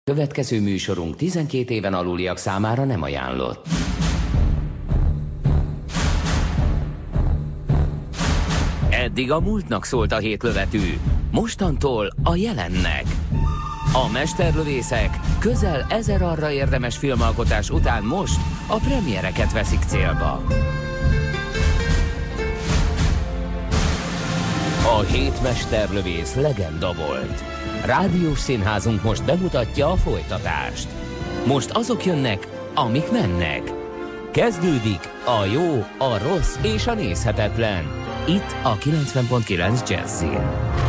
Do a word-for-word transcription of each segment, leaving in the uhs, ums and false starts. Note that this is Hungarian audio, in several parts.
Következő műsorunk tizenkét éven aluliak számára nem ajánlott. Eddig a múltnak szólt a hétlövetű, mostantól a jelennek. A mesterlövészek közel ezer arra érdemes filmalkotás után most a premiereket veszik célba. A hét mesterlövész legenda volt. Rádiós színházunk most bemutatja a folytatást. Most azok jönnek, amik mennek. Kezdődik a jó, a rossz és a nézhetetlen. Itt a kilencven pont kilenc Jazzin.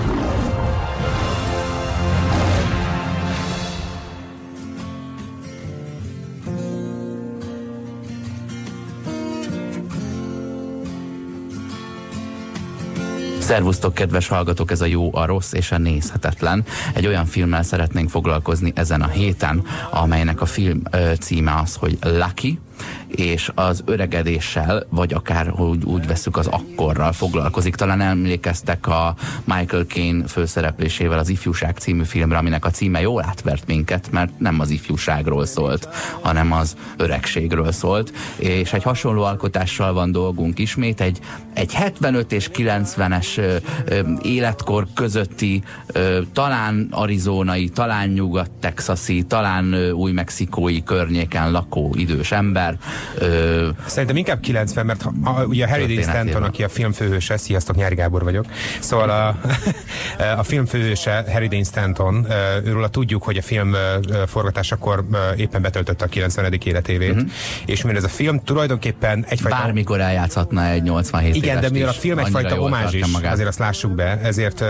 Szervusztok, kedves hallgatók, ez a jó, a rossz és a nézhetetlen. Egy olyan filmmel szeretnénk foglalkozni ezen a héten, amelynek a film ö, címe az, hogy Lucky, és az öregedéssel, vagy akár úgy, úgy veszük, az akkorral foglalkozik. Talán emlékeztek a Michael Caine főszereplésével az Ifjúság című filmre, aminek a címe jól átvert minket, mert nem az ifjúságról szólt, hanem az öregségről szólt, és egy hasonló alkotással van dolgunk ismét, egy, egy hetvenöt és kilencvenes ö, ö, életkor közötti, ö, talán arizonai, talán nyugat-texasi, talán ö, új-mexikói környéken lakó idős ember. Ö, Szerintem inkább kilencven, mert a, a, ugye Harry Dean Stanton, aki a film főhőse, sziasztok, Nyári Gábor vagyok. Szóval a, a film főhőse Harry Dean Stanton, őről tudjuk, hogy a film forgatásakor éppen betöltötte a kilencvenedik életévét. Uh-huh. És mivel ez a film tulajdonképpen egyfajta... Bármikor eljátszhatna egy nyolcvanhét igen, évest de mivel a is, film egyfajta omázs is, magát. azért azt lássuk be, ezért,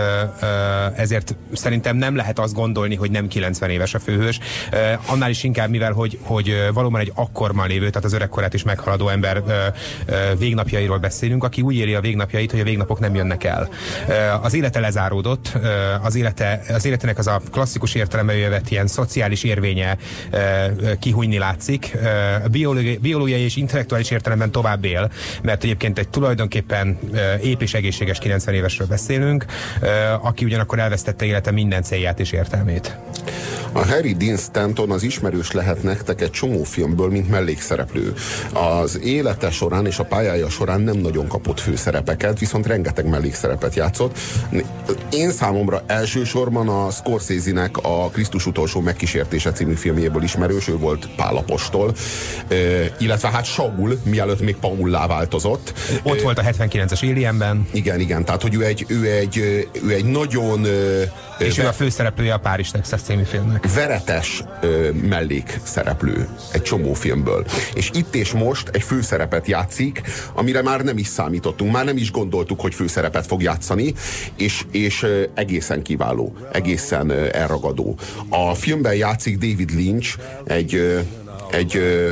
ezért szerintem nem lehet azt gondolni, hogy nem kilencven éves a főhős. Annál is inkább, mivel hogy, hogy valóban egy akkorban lévő, tehát az öregkorát is meghaladó ember ö, ö, végnapjairól beszélünk, aki úgy éli a végnapjait, hogy a végnapok nem jönnek el. Ö, az élete lezáródott, ö, az, élete, az életének az a klasszikus értelemben jövet ilyen szociális érvénye ö, ö, kihújni látszik. Ö, biológiai, biológiai és intellektuális értelemben tovább él, mert egyébként egy tulajdonképpen ö, ép és egészséges kilencven évesről beszélünk, ö, aki ugyanakkor elvesztette élete minden célját és értelmét. A Harry Dean Stanton az ismerős lehet nektek egy csomó filmből, mint mellékszereplő. Az élete során és a pályája során nem nagyon kapott főszerepeket, viszont rengeteg mellékszerepet játszott. Én számomra elsősorban a Scorsese-nek a Krisztus utolsó megkísértése című filmjéből ismerős, ő volt Pál apostol, illetve hát Saul, mielőtt még Paullá változott. Ott volt a hetvenkilences Alienben. Igen, igen, tehát hogy ő egy, ő egy, ő egy nagyon... És ő a főszereplője a Párizs, Texas című filmnek. Veretes ö, mellékszereplő egy csomó filmből. És itt és most egy főszerepet játszik, amire már nem is számítottunk, már nem is gondoltuk, hogy főszerepet fog játszani, és, és ö, egészen kiváló, egészen ö, elragadó. A filmben játszik David Lynch, egy, ö, egy, ö,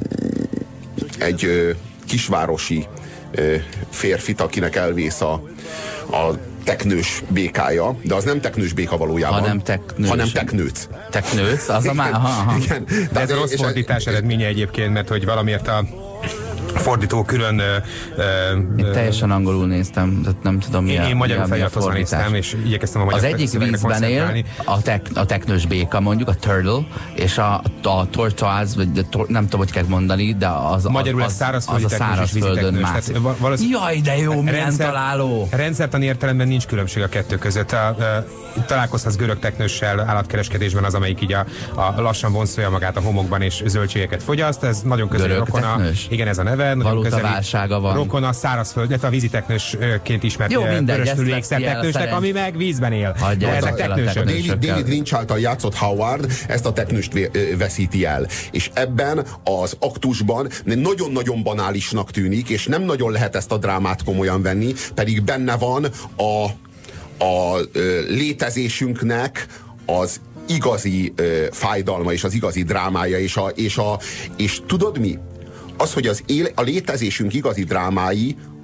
egy ö, kisvárosi ö, férfit, akinek elvész a, a teknős békája, de az nem teknős béka valójában, hanem teknős. hanem teknőc. Teknőc? Az a már... Igen. De ez a rossz fordítás eredménye egyébként, mert hogy valamiért a fordító külön... Én uh, teljesen angolul néztem, tehát nem tudom mi én, a Én magyarul feliratozva néztem, és igyekeztem a magyar az egyik vízben él, a, tek, a teknős béka mondjuk, a turtle, és a, a tortoise, vagy a tor, nem tudom, hogy kell mondani, de az, az, magyarul az, szárazföldi az a szárazföldön mászik. Jaj, de jó, milyen rendszer, találó! Rendszertani értelemben nincs különbség a kettő között. A, a, találkozhatsz görög teknőssel állatkereskedésben, az, amelyik így a, a lassan vonszolja magát a homokban és zöldségeket fogyaszt. Ez nagyon közeli rokona. Igen, ez a neve. Valótaválsága van. Rokon a szárazföld, illetve a víziteknősként ismert vörösfülű ékszerteknősnek, ami meg vízben él. Hagyja, ezek teknősök. David, David Lynch által játszott Howard ezt a teknőst veszíti el. És ebben az aktusban nagyon-nagyon banálisnak tűnik, és nem nagyon lehet ezt a drámát komolyan venni, pedig benne van a, a létezésünknek az igazi fájdalma, és az igazi drámája, és, a, és, a, és tudod mi? Az, hogy az éle, a létezésünk igazi drámái,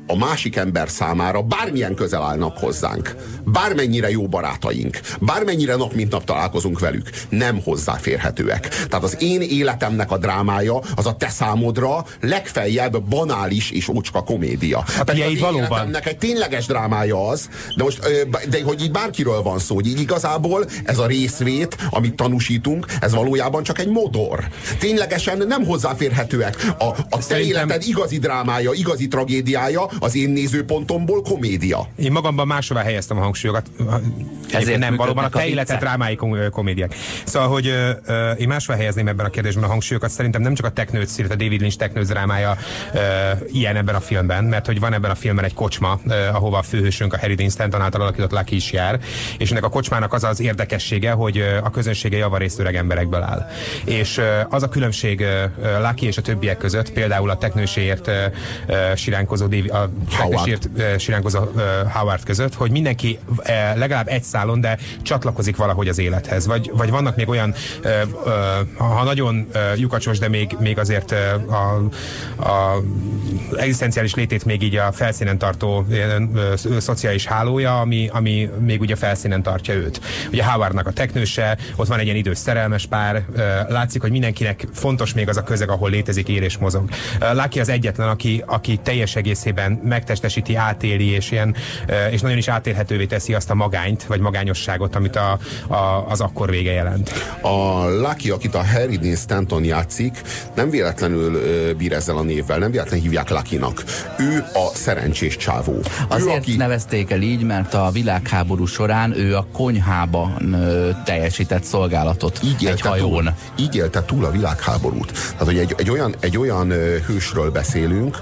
a másik ember számára bármilyen közel állnak hozzánk, bármennyire jó barátaink, bármennyire nap mint nap találkozunk velük, nem hozzáférhetőek. Tehát az én életemnek a drámája az a te számodra legfeljebb banális és ócska komédia. Hát Pedig az én valóban. életemnek egy tényleges drámája az, de most, de hogy így bárkiről van szó, hogy így igazából ez a részvét, amit tanúsítunk, ez valójában csak egy modor. Ténylegesen nem hozzáférhetőek. A, a te Szerintem... életed igazi drámája, igazi tragédiája, az én nézőpontomból komédia. Én magamban máshová helyeztem a hangsúlyokat. Ezért nem, valóban a te életed drámai komédiák. Szóval, hogy ö, ö, én máshová helyezném ebben a kérdésben a hangsúlyokat. Szerintem nem csak a Technőc, illetve a David Lynch Technőc drámája ö, ilyen ebben a filmben, mert hogy van ebben a filmben egy kocsma, ö, ahova a főhősünk, a Harry Dean Stanton által alakított Lucky is jár, és ennek a kocsmának az az érdekessége, hogy ö, a közönsége javarészt öreg emberekből áll. És ö, az a különbség ö, Lucky és a többiek között, például a teknőséért ö, ö, siránkozó David, a teknőséért ö, siránkozó ö, Howard között, hogy mindenki ö, legalább egy szálon, de csatlakozik valahogy az élethez. Vagy, vagy vannak még olyan, ö, ö, ha nagyon ö, lyukacsos, de még, még azért ö, a, a egzisztenciális létét még így a felszínen tartó ö, ö, szociális hálója, ami, ami még ugye a felszínen tartja őt. Ugye Howardnak a teknőse, ott van egy ilyen idős szerelmes pár, ö, látszik, hogy mindenkinek fontos még az a közeg, ahol létezik, él és mozog. Lucky az egyetlen, aki, aki teljes egészében megtestesíti, átéli, és, ilyen, és nagyon is átélhetővé teszi azt a magányt, vagy magányosságot, amit a, a, az akkor vége jelent. A Lucky, akit a Harry Dean Stanton játszik, nem véletlenül bír ezzel a névvel, nem véletlenül hívják Luckynak. Ő a szerencsés csávó. Azért ő, aki... nevezték el így, mert a világháború során ő a konyhában ö, teljesített szolgálatot így egy hajón. Túl, így élte túl a világháborút. Tehát, hogy egy, egy olyan, egy olyan hősről beszélünk,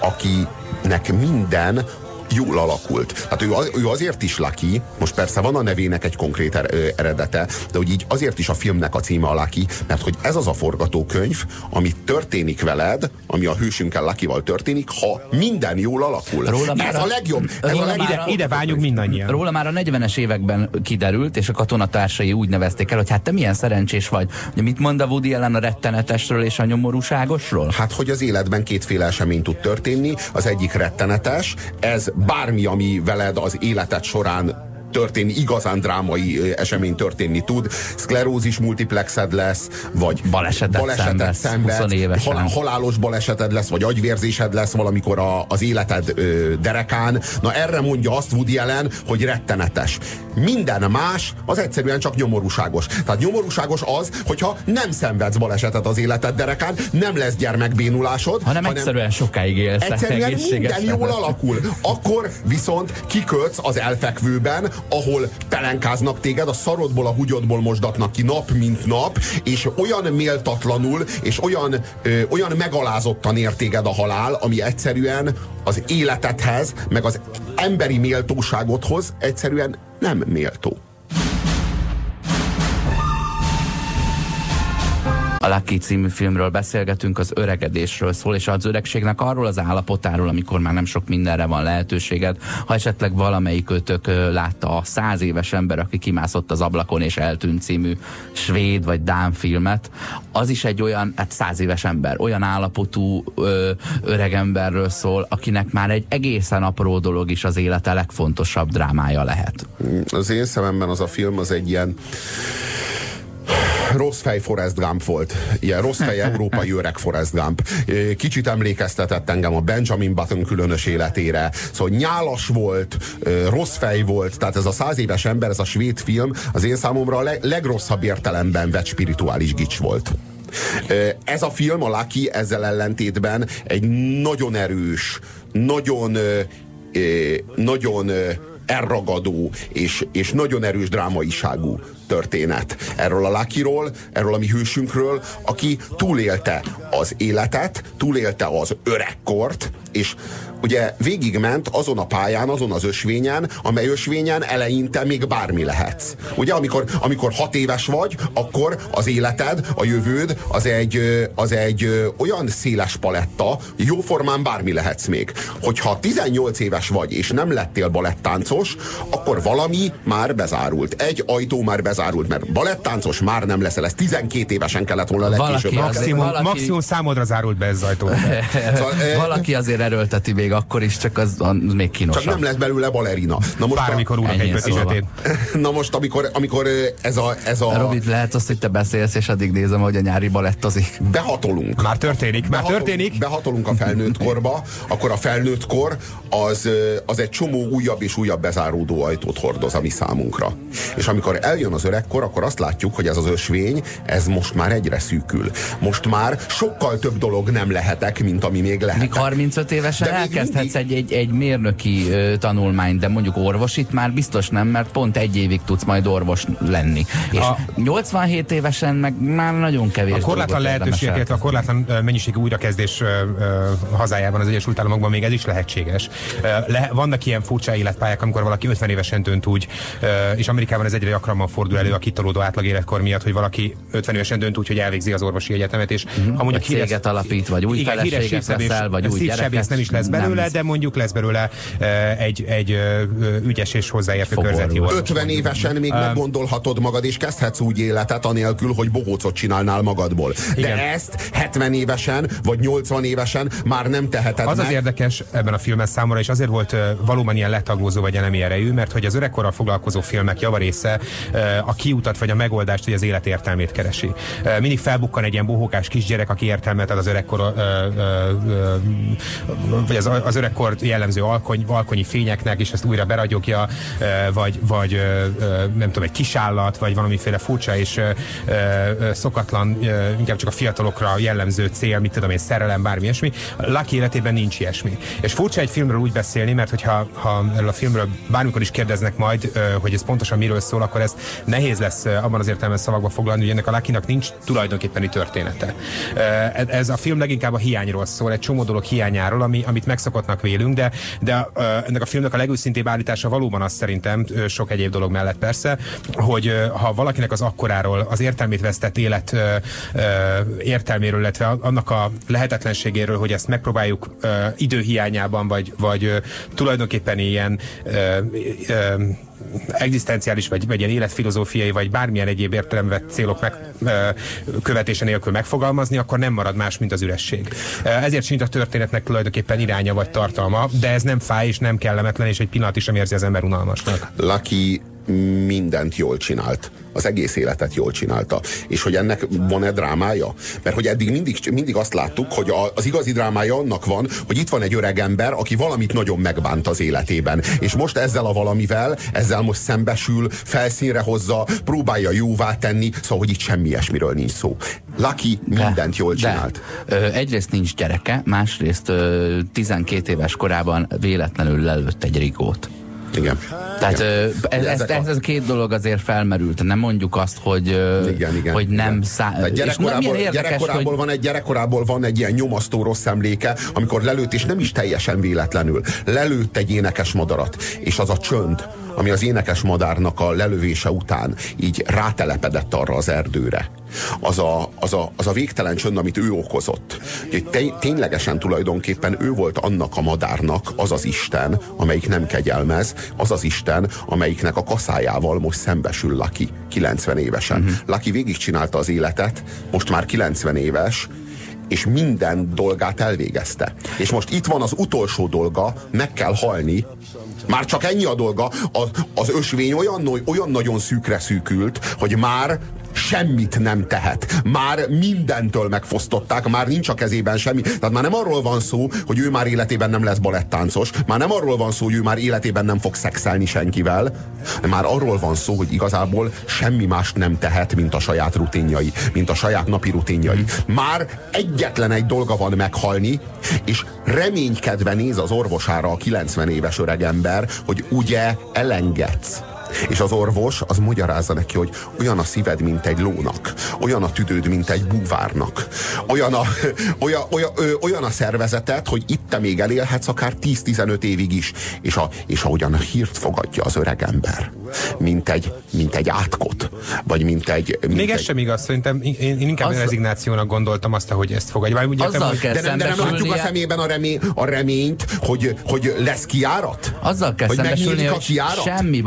akinek minden jól alakult. Tehát ő, az, ő azért is Lucky, most persze van a nevének egy konkrét er, ö, eredete, de hogy így azért is a filmnek a címe a Lucky, mert hogy ez az a forgatókönyv, ami történik veled, ami a hősünkkel Luckyval történik, ha minden jól alakul. Róla ez a, a legjobb. Ez a legjobb. Ide, ide vágyunk mindannyian. Róla már a negyvenes években kiderült, és a katonatársai úgy nevezték el, hogy hát te milyen szerencsés vagy. Ugye mit mond a Woody Allen a rettenetesről és a nyomorúságosról? Hát, hogy az életben kétféle esemény tud történni. Az egyik rettenetes, ez bármi, ami veled az életed során történni, igazán drámai esemény történni tud. Szklerózis multiplexed lesz, vagy balesetet, balesetet szenvedsz, hal, halálos baleseted lesz, vagy agyvérzésed lesz valamikor a, az életed ö, derekán. Na erre mondja azt Woody Allen, hogy rettenetes. Minden más az egyszerűen csak nyomorúságos. Tehát nyomorúságos az, hogyha nem szenvedsz balesetet az életed derekán, nem lesz gyermekbénulásod, hanem, hanem egyszerűen sokáig élsz. Egyszerűen minden jól alakul. Akkor viszont kikötsz az elfekvőben, ahol pelenkáznak téged, a szarodból, a húgyodból mosdatnak ki nap, mint nap, és olyan méltatlanul, és olyan, ö, olyan megalázottan ér téged a halál, ami egyszerűen az életedhez, meg az emberi méltóságodhoz egyszerűen nem méltó. A Lucky című filmről beszélgetünk, az öregedésről szól, és az öregségnek arról az állapotáról, amikor már nem sok mindenre van lehetőséged. Ha esetleg valamelyikőtök látta a Száz éves ember, aki kimászott az ablakon és eltűnt című svéd vagy dán filmet, az is egy olyan, hát száz éves ember, olyan állapotú ö, öreg emberről szól, akinek már egy egészen apró dolog is az élete legfontosabb drámája lehet. Az én szememben az a film az egy ilyen rossz fej Forrest Gump volt. Ilyen rossz fej európai öreg Forrest Gump. Kicsit emlékeztetett engem a Benjamin Button különös életére. Szóval nyálas volt, rossz fej volt, tehát ez a száz éves ember, ez a svéd film az én számomra a leg, legrosszabb értelemben vett spirituális gics volt. Ez a film, a Lucky ezzel ellentétben egy nagyon erős, nagyon nagyon elragadó és, és nagyon erős drámaiságú történet. Erről a Luckyról, erről a mi hősünkről, aki túlélte az életet, túlélte az öregkort, és ugye végigment azon a pályán, azon az ösvényen, amely ösvényen eleinte még bármi lehetsz. Ugye, amikor, amikor hat éves vagy, akkor az életed, a jövőd, az egy, az egy olyan széles paletta, jóformán bármi lehetsz még. Hogyha tizennyolc éves vagy, és nem lettél balettáncos, akkor valami már bezárult. Egy ajtó már bezárult, bezárult, mert balettáncos már nem leszel, ez tizenkét évesen kellett volna legkésőbb. Maximum, valaki... maximum számodra zárult be ez ajtó. Szóval, valaki azért erőlteti még akkor is, csak az, az még kínosabb. Csak nem lesz belőle balerina. Na most bármikor úrnak egy bötizsetét. Na most, amikor, amikor ez a... Ez a... Robi, lehet azt, hogy te beszélsz, és addig nézem, hogy a nyári balettozik. Behatolunk. Már történik, már behatolunk, történik. Behatolunk a felnőtt korba, akkor a felnőtt kor az, az egy csomó újabb és újabb bezáródó ajtót hordoz a mi számunkra. És amikor eljön az öregkor, akkor azt látjuk, hogy ez az ösvény, ez most már egyre szűkül. Most már sokkal több dolog nem lehetek, mint ami még lehet. Míg harmincöt évesen elkezdhetsz mindig... egy, egy, egy mérnöki ö, tanulmányt, de mondjuk orvosit már biztos nem, mert pont egy évig tudsz majd orvos lenni. És a... nyolcvanhét évesen meg már nagyon kevés. A korlátlan lehetőségeket, a korlátlan mennyiségű újrakezdés ö, ö, hazájában, az Egyesült Államokban még ez is lehetséges. Le, vannak ilyen furcsa életpályák, amikor valaki ötven évesen dönt úgy, és Amerikában ez egyre gyakrabban fordul elő a kitolódó átlag életkor miatt, hogy valaki ötven évesen dönt úgy, hogy elvégzi az orvosi egyetemet, és mm-hmm. ha mondjuk híres, céget alapít, vagy új igen, feleséget veszel, vagy új gyereket, nem is lesz belőle, nem. De mondjuk lesz belőle egy, egy ügyes és hozzáértő körzeti orvos. ötven évesen még um, meggondolhatod magad, és kezdhetsz úgy életet anélkül, hogy bohócot csinálnál magadból. De igen. Ezt hetven évesen, vagy nyolcvan évesen már nem teheted Az meg. Az érdekes ebben a filmben számomra, és azért volt uh, valóban ilyen letaglózó vagy elemi erejű, mert hogy az öregkorral foglalkozó filmek javarésze uh, a kiutat vagy a megoldást, hogy az élet értelmét keresi. Uh, mindig felbukkan egy ilyen bohókás kisgyerek, aki értelmet ad az öregkor, uh, uh, uh, vagy az, az öregkor jellemző alkony, alkonyi fényeknek, és ezt újra beragyogja, uh, vagy, vagy uh, nem tudom, egy kisállat, vagy valamiféle furcsa és uh, uh, szokatlan, uh, inkább csak a fiatalokra jellemző cél, mit tudom én, szerelem, bármi ilyesmi. Lucky életében nincs ilyesmi. És furcsa egy filmről úgy beszélni, mert hogyha ha erről a filmről bármikor is kérdeznek majd, hogy ez pontosan miről szól, akkor ez nehéz lesz abban az értelemben szavakba foglalni, hogy ennek a Luckynak nincs tulajdonképpeni története. Ez a film leginkább a hiányról szól, egy csomó dolog hiányáról, ami, amit megszokottnak vélünk, de, de ennek a filmnek a legőszintébb állítása valóban az szerintem, sok egyéb dolog mellett persze, hogy ha valakinek az akkoráról, az értelmét vesztett élet értelméről, illetve annak a lehetetlenségéről, hogy ezt megpróbáljuk időhiányában, vagy, vagy tulajdonképpen ilyen egzisztenciális, vagy, vagy ilyen életfilozófiai, vagy bármilyen egyéb értelemben célok meg, követése nélkül megfogalmazni, akkor nem marad más, mint az üresség. Ezért sincs a történetnek tulajdonképpen iránya vagy tartalma, de ez nem fáj és nem kellemetlen, és egy pillanat is sem érzi az ember unalmasnak. Lucky mindent jól csinált. Az egész életet jól csinálta. És hogy ennek van-e drámája? Mert hogy eddig mindig, mindig azt láttuk, hogy a, az igazi drámája annak van, hogy itt van egy öreg ember, aki valamit nagyon megbánt az életében. És most ezzel a valamivel, ezzel most szembesül, felszínre hozza, próbálja jóvá tenni, szóval, hogy itt semmi ilyesmiről nincs szó. Lucky mindent jól csinált. De, ö, egyrészt nincs gyereke, másrészt ö, tizenkét éves korában véletlenül lelőtt egy rigót. Igen. Tehát igen. Ez, ez, ez, ez a két dolog azért felmerült. Nem mondjuk azt, hogy, igen, igen, hogy nem szá... Gyerekkorából, gyerekkorából, hogy... van egy, gyerekkorából van egy ilyen nyomasztó rossz emléke, amikor lelőtt, és nem is teljesen véletlenül. Lelőtt egy énekes madarat, és az a csönd, ami az énekes madárnak a lelövése után így rátelepedett arra az erdőre. Az a, az a, az a végtelen csönd, amit ő okozott. Tény, ténylegesen tulajdonképpen ő volt annak a madárnak az az Isten, amelyik nem kegyelmez, az az Isten, amelyiknek a kaszájával most szembesül Lucky, kilencven évesen. Uh-huh. Lucky végigcsinálta az életet, most már kilencven éves, és minden dolgát elvégezte. És most itt van az utolsó dolga, meg kell halni. Már csak ennyi a dolga, az, az ösvény olyan, olyan nagyon szűkre szűkült, hogy már semmit nem tehet. Már mindentől megfosztották, már nincs a kezében semmi. Tehát már nem arról van szó, hogy ő már életében nem lesz balettáncos, már nem arról van szó, hogy ő már életében nem fog szexelni senkivel, már arról van szó, hogy igazából semmi mást nem tehet, mint a saját rutinjai, mint a saját napi rutinjai. Már egyetlen egy dolga van meghalni, és reménykedve néz az orvosára a kilencven éves öregember, hogy ugye elengedsz. És az orvos az magyarázza neki, hogy olyan a szíved, mint egy lónak, olyan a tüdőd, mint egy búvárnak, olyan a, olyan, olyan, olyan a szervezeted, hogy itt te még elélhetsz akár tíz-tizenöt évig is, és, a, és ahogyan a hírt fogadja az öregember, mint egy, mint egy átkot, vagy mint egy... Mint még ez egy... sem igaz, szerintem én, én inkább az... rezignációnak gondoltam azt, hogy ezt fogadja. Ugye, Azzal hogy... kell de, nem, de nem látjuk a szemében a, remé, a reményt, hogy, hogy lesz kijárat? Azzal kell szembesülni, hogy semmi bajod nincs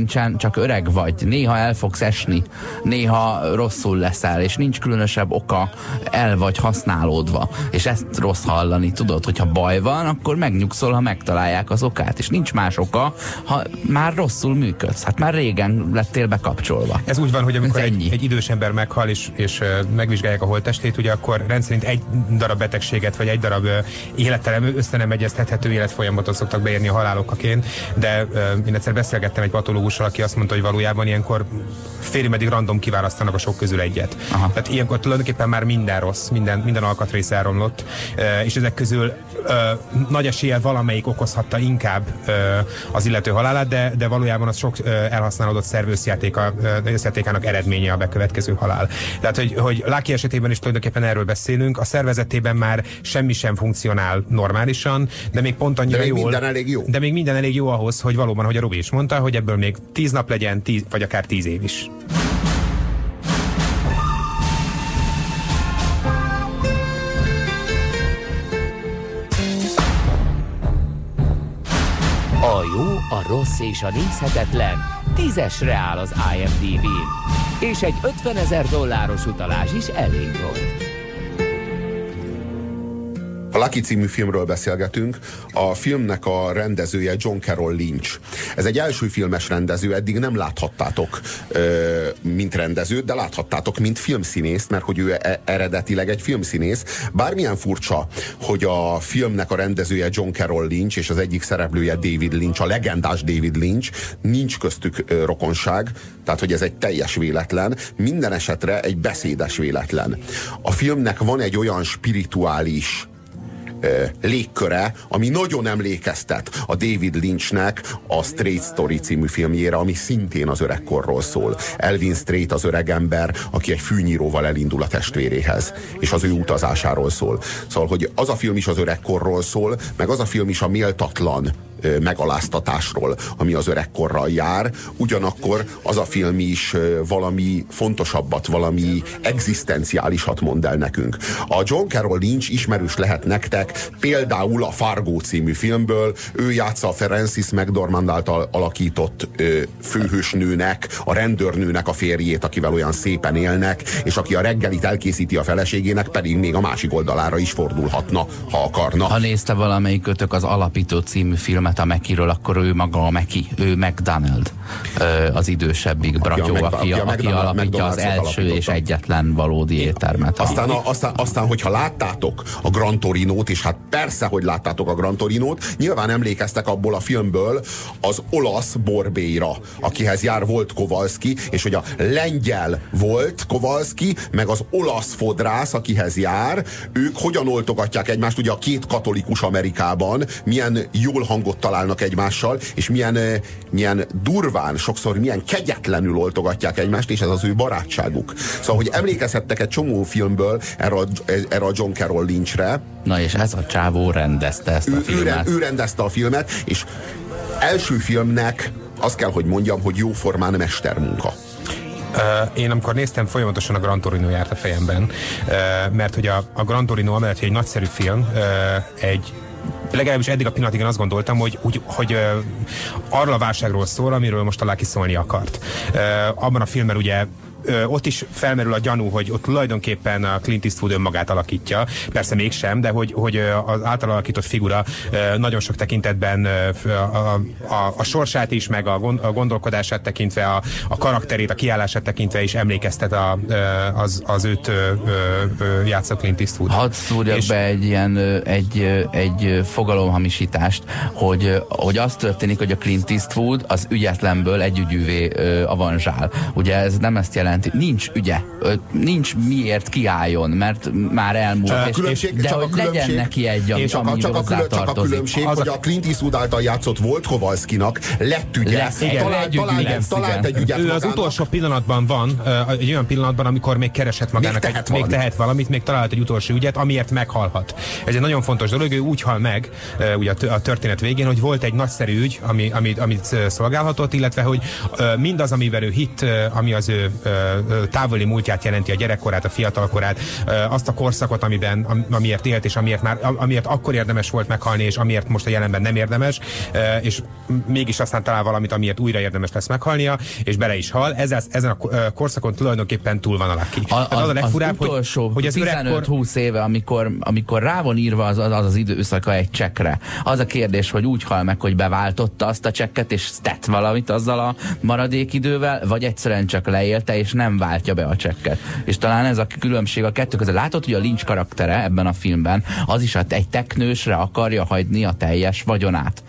nincsen, csak öreg vagy, néha el fogsz esni, néha rosszul leszel, és nincs különösebb oka, el vagy használódva, és ezt rossz hallani, tudod, hogyha baj van, akkor megnyugszol, ha megtalálják az okát, és nincs más oka, ha már rosszul működsz, hát már régen lettél bekapcsolva. Ez úgy van, hogy amikor egy, egy idős ember meghal, és, és uh, megvizsgálják a holttestét, ugye akkor rendszerint egy darab betegséget, vagy egy darab uh, élettel össze nem egyeztethető életfolyamatot szoktak beírni a halálokaként, de uh, én egyszer beszélgettem egy patológussal, aki azt mondta, hogy valójában ilyenkor félig meddig random kiválasztanak a sok közül egyet. Aha. Tehát ilyenkor tulajdonképpen már minden rossz, minden, minden alkatrész elromlott, uh, és ezek közül uh, nagy eséllyel valamelyik okozhatta inkább uh, az illető halálát, de, de valójában az sok uh, elhasználódott szerv összjátéka, uh, összjátékának eredménye a bekövetkező halál. Tehát, hogy, hogy Lucky esetében is tulajdonképpen erről beszélünk, a szervezetében már semmi sem funkcionál normálisan, de még pont annyira de még jól, minden elég jó. de még minden elég jó ahhoz, hogy valóban, hogy a Robi is mondta, hogy ebből még tíz nap legyen, tíz, vagy akár tíz év is. A jó, a rossz és a nézhetetlen tízesre áll az I M D B-n, és egy ötvenezer dolláros utalás is elég volt. A Lucky című filmről beszélgetünk. A filmnek a rendezője John Carroll Lynch. Ez egy első filmes rendező, eddig nem láthattátok mint rendezőt, de láthattátok mint filmszínészt, mert hogy ő eredetileg egy filmszínész. Bármilyen furcsa, hogy a filmnek a rendezője John Carroll Lynch, és az egyik szereplője David Lynch, a legendás David Lynch, nincs köztük rokonság, tehát hogy ez egy teljes véletlen, minden esetre egy beszédes véletlen. A filmnek van egy olyan spirituális légköre, ami nagyon emlékeztet a David Lynchnek a Straight Story című filmjére, ami szintén az öregkorról szól. Elvin Straight az öregember, aki egy fűnyíróval elindul a testvéréhez, és az ő utazásáról szól. Szóval, hogy az a film is az öregkorról szól, meg az a film is a méltatlan megaláztatásról, ami az öregkorral jár, ugyanakkor az a film is valami fontosabbat, valami egzisztenciálisat mond el nekünk. A John Carroll Lynch ismerős lehet nektek például a Fargo című filmből, ő játsza a Frances McDormand által alakított ö, főhősnőnek, a rendőrnőnek a férjét, akivel olyan szépen élnek, és aki a reggelit elkészíti a feleségének, pedig még a másik oldalára is fordulhatna, ha akarna. Ha nézte valamelyikötök az Alapító című filmet a Mekiről, akkor ő maga a Meki, ő McDonald, az idősebbik bratyó, aki, aki, aki alapítja az első és egyetlen valódi éttermet. Aztán, a, aztán, aztán, hogyha láttátok a Gran Torinót, és hát persze, hogy láttátok a Gran Torinót, nyilván emlékeztek abból a filmből az olasz Borbélyra, akihez jár Volt Kowalski, és hogy a lengyel Volt Kowalski, meg az olasz fodrász, akihez jár, ők hogyan oltogatják egymást, ugye a két katolikus Amerikában, milyen jól hangot találnak egymással, és milyen, milyen durván, sokszor milyen kegyetlenül oltogatják egymást, és ez az ő barátságuk. Szóval, hogy emlékezhettek egy csomó filmből erre a, erre a John Carroll Lynchre. Na és ez a csávó rendezte ezt ő, a filmet. Ő, ő rendezte a filmet, és első filmnek azt kell, hogy mondjam, hogy jóformán mestermunka. Uh, én amikor néztem, folyamatosan a Gran Torino járt a fejemben, uh, mert hogy a, a Gran Torino amellett, hogy egy nagyszerű film, uh, egy legalábbis eddig a pillanatig én azt gondoltam, hogy, hogy, hogy uh, arról a válságról szól, amiről most a Lucky szólni akart. Uh, abban a filmben ugye Ö, ott is felmerül a gyanú, hogy ott tulajdonképpen a Clint Eastwood önmagát alakítja, persze mégsem, de hogy, hogy az által alakított figura ö, nagyon sok tekintetben ö, a, a, a sorsát is, meg a, gond, a gondolkodását tekintve, a, a karakterét, a kiállását tekintve is emlékeztet a, az, az őt ö, ö, játszó Clint Eastwood. Hadd szúrjak és... be egy ilyen egy, egy fogalomhamisítást, hogy, hogy az történik, hogy a Clint Eastwood az ügyetlenből együgyűvé avanzsál. Ugye ez nem ezt jelenti, nincs ügye, nincs miért kiálljon, mert már elmúlt, és, különbség, de hogy legyen neki egy, ami csak a, csak a, külön, csak a különbség, az hogy a Clint Eastwood által játszott Volt Kowalskinak lett ügye, lesz, igen, talált, egy talált, talált, talált egy ügyet ő magának. Az utolsó pillanatban van, egy olyan pillanatban, amikor még keresett magának, még tehet, egy, valamit. még tehet valamit, még talált egy utolsó ügyet, amiért meghalhat. Ez egy nagyon fontos dolog, ő úgy hal meg, ugye a történet végén, hogy volt egy nagyszerű ügy, ami, amit, amit szolgálhatott, illetve hogy mindaz, amivel ő hitt, ami az ő távoli múltját jelenti, a gyerekkorát, a fiatalkorát, azt a korszakot, amiben, amiért élt, és amiért, már, amiért akkor érdemes volt meghalni, és amiért most a jelenben nem érdemes, és mégis aztán talál valamit, amiért újra érdemes lesz meghalnia, és bele is hal. Ezzel, ezen a korszakon tulajdonképpen túl van a Lucky. A, az, az a legfurább, az utolsó hogy, hogy tizenöt-húsz éve, amikor, amikor rá van írva az az, az időszaka egy csekkre. Az a kérdés, hogy úgy hal meg, hogy beváltotta azt a csekket, és tett valamit azzal a maradék idővel, vagy egyszerűen csak leélte, és nem váltja be a csekket. És talán ez a különbség a kettő között. Látod, hogy a Lynch karaktere ebben a filmben, az is egy teknősre akarja hagyni a teljes vagyonát.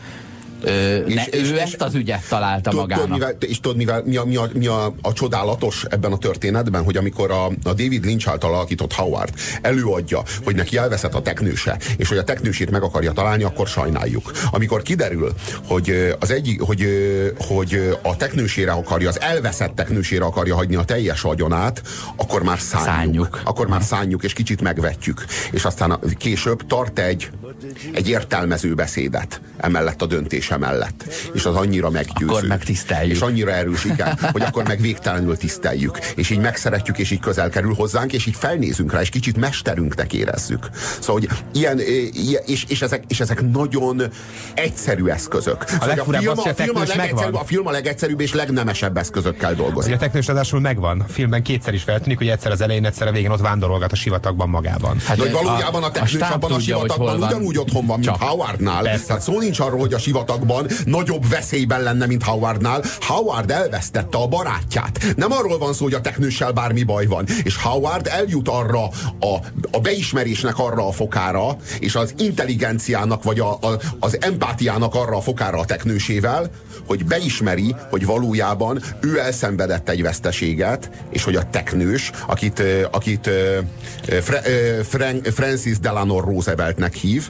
Ö, és, ne, és, ő és, ezt az ügyet találta tud, magának. Tud, mivel, és tudod, mivel, mi, a, mi, a, mi a, a csodálatos ebben a történetben, hogy amikor a, a David Lynch által alakított Howard előadja, hogy neki elveszett a teknőse, és hogy a teknősét meg akarja találni, akkor sajnáljuk. Amikor kiderül, hogy az egyik, hogy, hogy a teknősére akarja, az elveszett teknősére akarja hagyni a teljes vagyonát, akkor már szánjuk. szánjuk. Akkor már szánjuk, és kicsit megvetjük. És aztán később tart egy, egy értelmező beszédet emellett a döntése mellett. És az annyira meggyőző. Akkor megtiszteljük. És annyira erős, igen, hogy akkor meg végtelenül tiszteljük. És így megszeretjük, és így közel kerül hozzánk, és így felnézünk rá, és kicsit mesterünknek érezzük. Szóval, hogy ilyen, és, és, ezek, és ezek nagyon egyszerű eszközök. A, szóval a, film, az, a, film a, legegyszerűbb, a film a legegyszerűbb és legnemesebb eszközökkel dolgozik. A teknős adásul megvan. A filmben kétszer is feltűnik, hogy egyszer az elején, egyszer a végén ott vándorolgat a sivatagban magában. Hát, hogy valójában a, a teknős abban a sivatagban ugyanúgy otthon van, mint Howardnál. Tehát szó nincs arról, hogy a sivatag nagyobb veszélyben lenne, mint Howardnál. Howard elvesztette a barátját. Nem arról van szó, hogy a teknőssel bármi baj van. És Howard eljut arra a, a beismerésnek arra a fokára, és az intelligenciának, vagy a, a, az empátiának arra a fokára a teknősével, hogy beismeri, hogy valójában ő elszenvedett egy veszteséget, és hogy a teknős, akit, akit Fra, Frank, Francis Delano Rooseveltnek hív.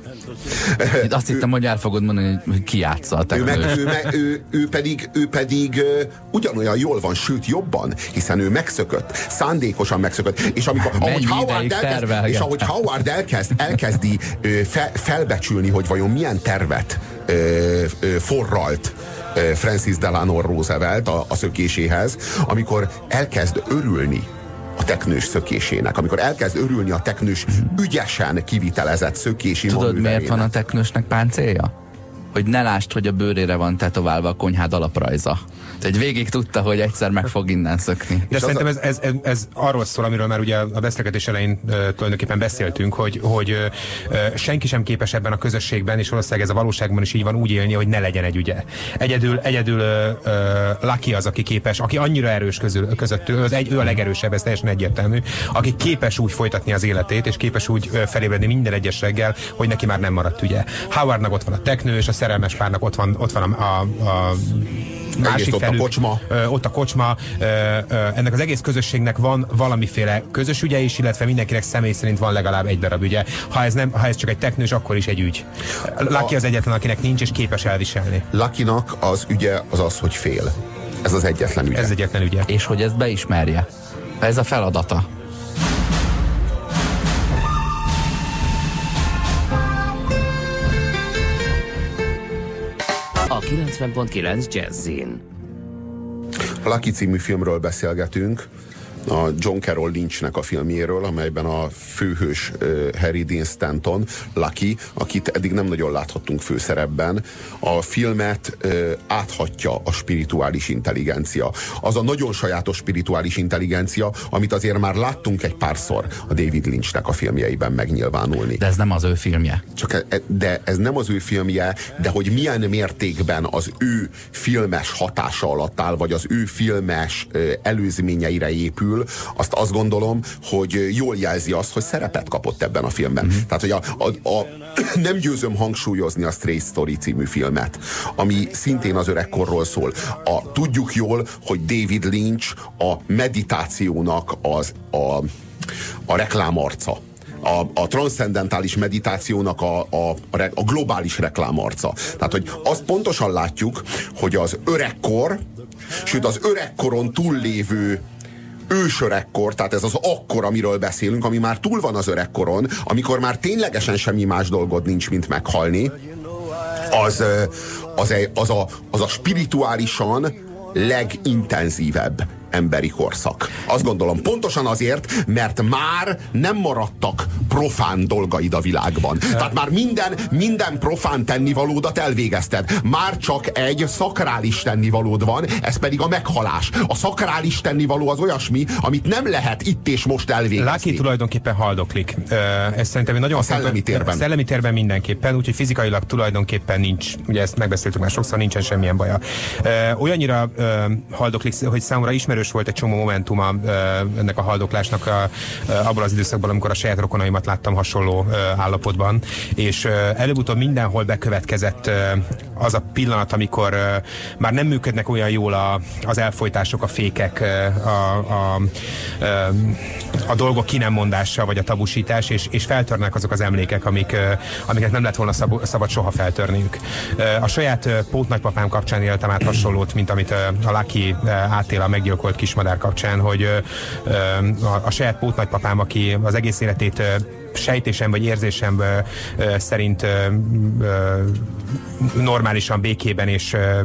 Itt azt hittem, hogy el fogod mondani, hogy ki játsza a teknős. Ő, meg, ő, meg, ő, ő pedig, ő pedig uh, ugyanolyan jól van, sőt jobban, hiszen ő megszökött, szándékosan megszökött, és amikor, ahogy Howard, elkezd, és ahogy Howard elkezd, elkezdi uh, fe, felbecsülni, hogy vajon milyen tervet uh, uh, forralt Francis Delano Roosevelt a, a szökéséhez, amikor elkezd örülni a teknős szökésének, amikor elkezd örülni a teknős ügyesen kivitelezett szökési manőverének. Tudod, miért van a teknősnek páncélja? Hogy ne lásd, hogy a bőrére van tetoválva a konyhád alaprajza. Tehát végig tudta, hogy egyszer meg fog innen szökni. De szerintem ez, ez, ez, ez arról szól, amiről már ugye a beszélgetés elején uh, tulajdonképpen beszéltünk, hogy, hogy uh, senki sem képes ebben a közösségben, és valószínűleg ez a valóságban is így van, úgy élni, hogy ne legyen egy ügye. Egyedül, egyedül uh, Lucky az, aki képes, aki annyira erős közül, közöttől, az egy, ő a legerősebb, ez teljesen egyértelmű, aki képes úgy folytatni az életét, és képes úgy uh, felébredni minden egyes reggel, hogy neki már nem maradt ügye. Howardnak ott van a teknős, a szerelmes párnak ott van, ott van a, a, a másik ott felül, a kocsma. Ö, ott a kocsma. Ö, ö, ennek az egész közösségnek van valamiféle közös ügye is, illetve mindenkinek személy szerint van legalább egy darab ügye. Ha ez, nem, ha ez csak egy teknős, akkor is egy ügy. Lucky az egyetlen, akinek nincs, és képes elviselni. Luckynak az ügye az az, hogy fél. Ez az egyetlen ügye. Ez egyetlen ügye. És hogy ezt beismerje. Ez a feladata. A kilencven pont kilenc Jazzin. A Lucky című filmről beszélgetünk, a John Carroll Lynchnek a filmjéről, amelyben a főhős uh, Harry Dean Stanton, Lucky, akit eddig nem nagyon láthattunk főszerepben, a filmet uh, áthatja a spirituális intelligencia. Az a nagyon sajátos spirituális intelligencia, amit azért már láttunk egy párszor a David Lynchnek a filmjeiben megnyilvánulni. De ez nem az ő filmje. Csak e, de ez nem az ő filmje, de hogy milyen mértékben az ő filmes hatása alatt áll, vagy az ő filmes uh, előzményeire épül, azt azt gondolom, hogy jól jelzi azt, hogy szerepet kapott ebben a filmben. Mm-hmm. Tehát, hogy a, a, a, nem győzöm hangsúlyozni a Straight Story című filmet, ami szintén az öregkorról szól. A, tudjuk jól, hogy David Lynch a meditációnak az, a, a reklámarca. A, a transzcendentális meditációnak a, a, a globális reklámarca. Tehát, hogy azt pontosan látjuk, hogy az öregkor, sőt az öregkoron túllévő ősöregkor, tehát ez az akkor, amiről beszélünk, ami már túl van az öregkoron, amikor már ténylegesen semmi más dolgod nincs, mint meghalni, az, az, az, a, az a spirituálisan legintenzívebb emberi korszak. Azt gondolom, pontosan azért, mert már nem maradtak profán dolgaid a világban. Tehát már minden, minden profán tennivalódat elvégezted. Már csak egy szakrális tennivalód van, ez pedig a meghalás. A szakrális tennivaló az olyasmi, amit nem lehet itt és most elvégezni. Lucky tulajdonképpen haldoklik. Ez szerintem egy nagyon a szellemi térben. A szellemi térben mindenképpen, úgyhogy fizikailag tulajdonképpen nincs, ugye ezt megbeszéltük már sokszor, nincsen semmilyen baja. Olyannyira haldoklik, hogy számomra ismerős volt egy csomó momentuma ennek a haldoklásnak a, abban az időszakban, amikor a saját rokonaimat láttam hasonló állapotban, és előbb-utóbb mindenhol bekövetkezett az a pillanat, amikor már nem működnek olyan jól a, az elfojtások, a fékek, a, a, a, a dolgok ki nem mondása, vagy a tabusítás, és, és feltörnek azok az emlékek, amik, amiket nem lett volna szab, szabad soha feltörniük. A saját pótnagypapám kapcsán éltem át hasonlót, mint amit a Lucky átél a meggyilkolt kismadár kapcsán, hogy a, a saját pótnagypapám, aki az egész életét sejtésem vagy érzésem ö, ö, szerint ö, ö, normálisan, békében és ö,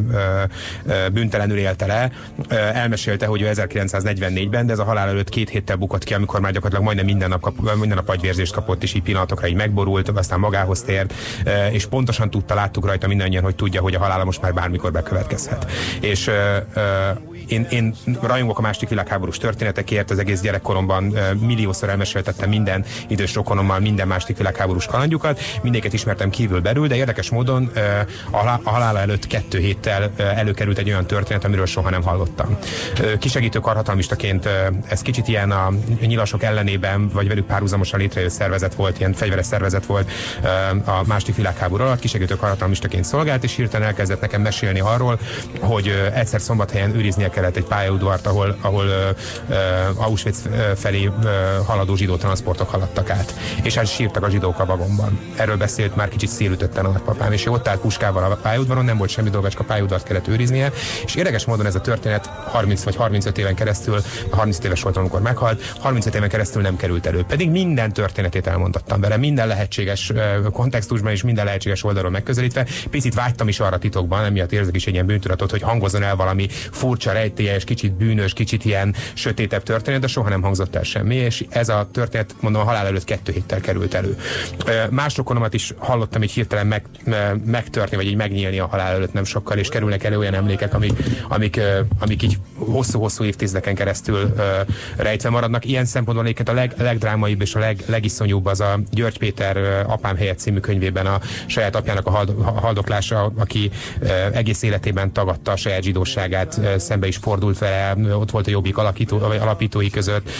ö, bűntelenül élte le. Ö, elmesélte, hogy ő ezerkilencszáznegyvennégyben, de ez a halál előtt két héttel bukott ki, amikor már gyakorlatilag majdnem minden nap, kap, minden nap agyvérzést kapott, és így pillanatokra így megborult, aztán magához tért, ö, és pontosan tudta, láttuk rajta mindannyian, hogy tudja, hogy a halála most már bármikor bekövetkezhet. És ö, ö, Én, én rajongok a második világháborús történetekért, az egész gyerekkoromban uh, milliószor elmeséltettem minden idős rokonommal minden második világháborús kalandjukat, mindéket ismertem kívül-belül, de érdekes módon uh, a, a halála előtt kettő héttel uh, előkerült egy olyan történet, amiről soha nem hallottam. Uh, kisegítő karhatalmistaként uh, ez kicsit ilyen a nyilasok ellenében, vagy velük párhuzamosan létrejött szervezet volt, ilyen fegyveres szervezet volt uh, a második világháború alatt, kisegítő karhatalmistaként szolgált, és hirtelen elkezdett nekem mesélni arról, hogy uh, egyszer Szombathelyen őriznie kellett egy pályaudvart, ahol, ahol uh, uh, Auschwitz felé uh, haladó zsidó transportok haladtak át. És hát sírtak a zsidók a vagonban. Erről beszélt már kicsit szélütötten a nagypapám, és ő ott állt puskával a pályaudvaron, nem volt semmi dolga, csak a pályaudvart kellett őriznie, és érdekes módon ez a történet harminc vagy harmincöt éven keresztül, harmincöt éves voltam, amikor meghalt, harmincöt éven keresztül nem került elő. Pedig minden történetét elmondottam vele, minden lehetséges uh, kontextusban és minden lehetséges oldalról megközelítve. Picit vágytam is arra titokban, emiatt érzek is egy ilyen bűntudatot, hogy hangozzon el valami furcsa, rejtélyes, kicsit bűnös, kicsit ilyen sötétebb történet, de soha nem hangzott el semmi, és ez a történet, mondom, a halál előtt kettő héttel került elő. Más rokonomat is hallottam így hirtelen meg, megtörni, vagy így megnyílni a halál előtt nem sokkal, és kerülnek elő olyan emlékek, amik, amik, amik így hosszú-hosszú évtizedeken keresztül rejtve maradnak. Ilyen szempontból egyébként a leg, legdrámaibb és a leg, legiszonyúbb az a György Péter Apám helyett című könyvében a saját apjának a haldoklása, aki egész életében tagadta a saját zsidóságát, szembe is fordult vele, ott volt a Jobbik alakító, alapítói között,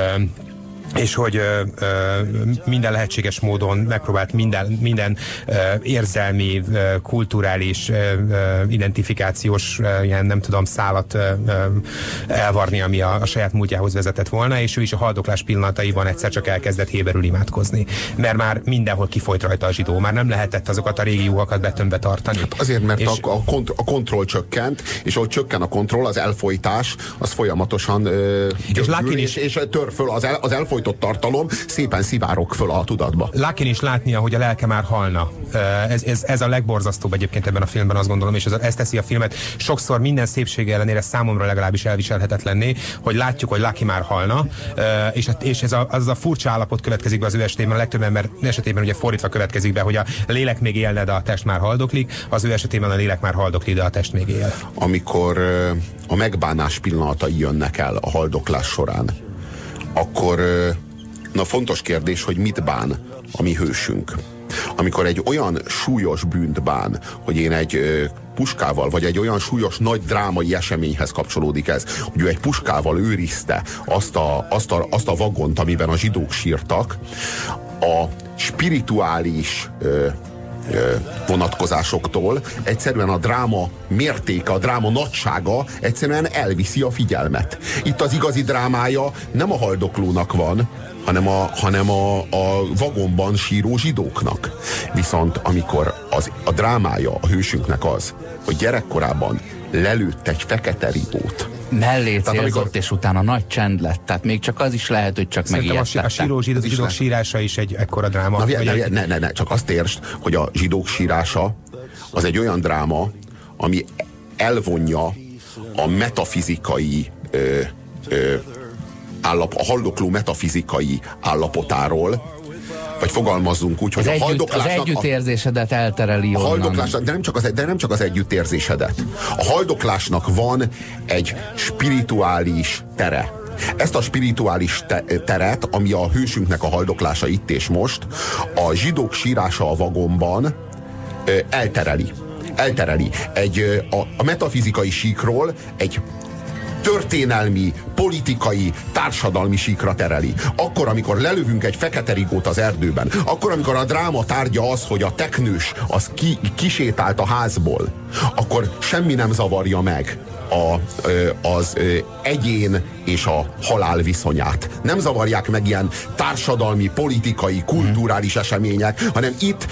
és hogy ö, ö, minden lehetséges módon megpróbált minden, minden ö, érzelmi, ö, kulturális, ö, ö, identifikációs ö, ilyen nem tudom szálat ö, ö, elvarni, ami a, a saját múltjához vezetett volna, és ő is a haldoklás pillanataiban egyszer csak elkezdett héberül imádkozni. Mert már mindenhol kifolyt rajta a zsidó, már nem lehetett azokat a régi juhakat betömbe tartani. Hát azért, mert és, a, a, kont- a kontroll csökkent, és ahogy csökken a kontroll, az elfojtás, az folyamatosan ö, és, gyöngül, is, és, és tör föl, az, el, az elfolytás tartalom szépen szivárog föl a tudatba. Luckyn is látnia, hogy a lelke már halna. Ez, ez, ez a legborzasztóbb egyébként ebben a filmben, azt gondolom, és ez, ez teszi a filmet sokszor minden szépsége ellenére számomra legalábbis elviselhetetlenné, hogy látjuk, hogy Lucky már halna, és, és ez a, az a furcsa állapot következik be az ő esetében, a legtöbb ember esetében ugye fordítva következik be, hogy a lélek még élne, de a test már haldoklik, az ő esetében a lélek már haldoklik, de a test még él. Amikor a megbánás pillanatai jönnek el a haldoklás során, akkor na fontos kérdés, hogy mit bán a mi hősünk. Amikor egy olyan súlyos bűnt bán, hogy én egy puskával, vagy egy olyan súlyos nagy drámai eseményhez kapcsolódik ez, hogy ő egy puskával őrizte azt a, azt a, azt a vagont, amiben a zsidók sírtak, a spirituális ö, vonatkozásoktól egyszerűen a dráma mértéke, a dráma nagysága egyszerűen elviszi a figyelmet. Itt az igazi drámája nem a haldoklónak van, hanem a, hanem a, a vagonban síró zsidóknak. Viszont amikor az, a drámája a hősünknek az, hogy gyerekkorában lelőtt egy fekete ribót, mellé célzott, amikor... és utána nagy csend lett. Tehát még csak az is lehet, hogy csak megijedtettek. A síró zsidók, zsidók sírása is egy ekkora dráma. Na, ne, egy... ne, ne, ne, csak azt értsd, hogy a zsidók sírása az egy olyan dráma, ami elvonja a metafizikai ö, ö, állap, a haldokló metafizikai állapotáról, vagy fogalmazzunk úgy, az hogy együtt, a haldoklásnak... Az együttérzésedet eltereli a onnan. haldoklásnak, de nem, csak az, de nem csak az együttérzésedet. A haldoklásnak van egy spirituális tere. Ezt a spirituális te- teret, ami a hősünknek a haldoklása itt és most, a zsidók sírása a vagomban ö, eltereli. Eltereli. Egy, ö, a, a metafizikai síkról egy történelmi, politikai, társadalmi síkra tereli. Akkor, amikor lelövünk egy fekete rigót az erdőben, akkor, amikor a dráma tárgya az, hogy a teknős az ki, kisétált a házból, akkor semmi nem zavarja meg a, az egyén és a halál viszonyát. Nem zavarják meg ilyen társadalmi, politikai, kulturális események, hanem itt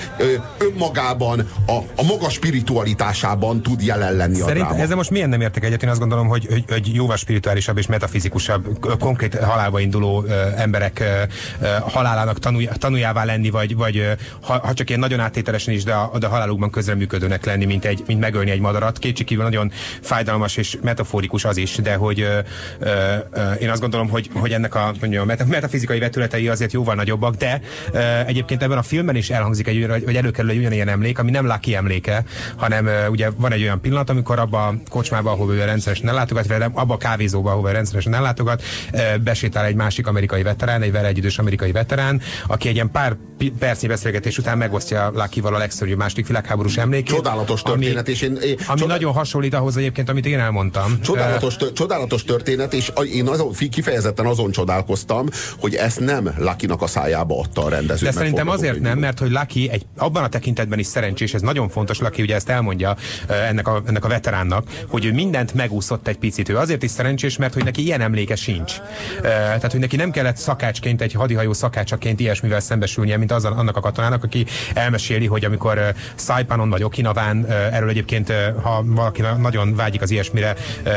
önmagában, a, a maga spiritualitásában tud jelen lenni a Szerint dráma. ezzel most milyen nem értek egyet? Én azt gondolom, hogy, hogy, hogy jóval spirituálisabb és metafizikusabb, konkrét halálba induló ö, emberek ö, ö, halálának tanulj, tanuljává lenni, vagy, vagy ö, ha, ha csak ilyen nagyon áttételesen is, de a, de a halálukban közreműködőnek lenni, mint, egy, mint megölni egy madarat. Kétségkívül nagyon fájdalmas és metaforikus az is, de hogy ö, ö, ö, én azt gondolom, hogy, hogy ennek a, mondjam, a metafizikai vetületei azért jóval nagyobbak, de ö, egyébként ebben a filmben is elhangzik egy, vagy előkerül egy ugyanilyen emlék, ami nem Lucky emléke, hanem ö, ugye van egy olyan pillanat, amikor abba a kocsmába, ahol ő rendszeresen ellátogat, vagy abba a kávézóba, ahol rendszeresen ellátogat, ö, besétál egy másik amerikai veterán, egy vele egyidős amerikai veterán, aki egy ilyen pár percnyi beszélgetés után megosztja Luckyval a legszörnyűbb második világháborús emlékét. Csodálatos történet, ami, és én, én ami csodál... nagyon hasonlít ahhoz egyébként, amit én elmondtam. Csodálatos, tör, csodálatos történet, és én azon, kifejezetten azon csodálkoztam, hogy ezt nem Luckynak a szájába adta a rendező. De szerintem azért nem, mert hogy Lucky egy, abban a tekintetben is szerencsés, ez nagyon fontos, Lucky ugye ezt elmondja ennek a, ennek a veteránnak, hogy ő mindent megúszott egy picit. Ő azért is szerencsés, mert hogy neki ilyen emléke sincs. Tehát, hogy neki nem kellett szakácsként, egy hadihajó szakácsaként ilyesmivel szembesülnie, mint az, annak a katonának, aki elmeséli, hogy amikor Saipanon vagy Okinawán, erről egyébként, ha valaki nagyon vágyik az ilyesmire,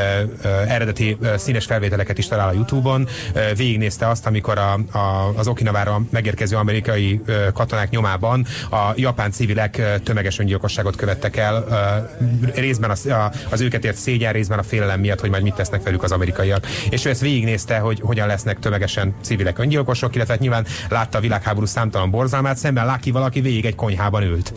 eredeti színes felvételeket is talál a YouTube-on, végignézte azt, amikor a, a, az Okinavára megérkező amerikai katonák nyomában a japán civilek tömeges öngyilkosságot követtek el, részben az, a, az őket ért szégyen, részben a félelem miatt, hogy majd mit tesznek velük az amerikaiak. És ő ezt végignézte, hogy hogyan lesznek tömegesen civilek öngyilkosok, illetve nyilván látta a világháború számtalan borzalmát, szemben Lucky valaki végig egy konyhában ült.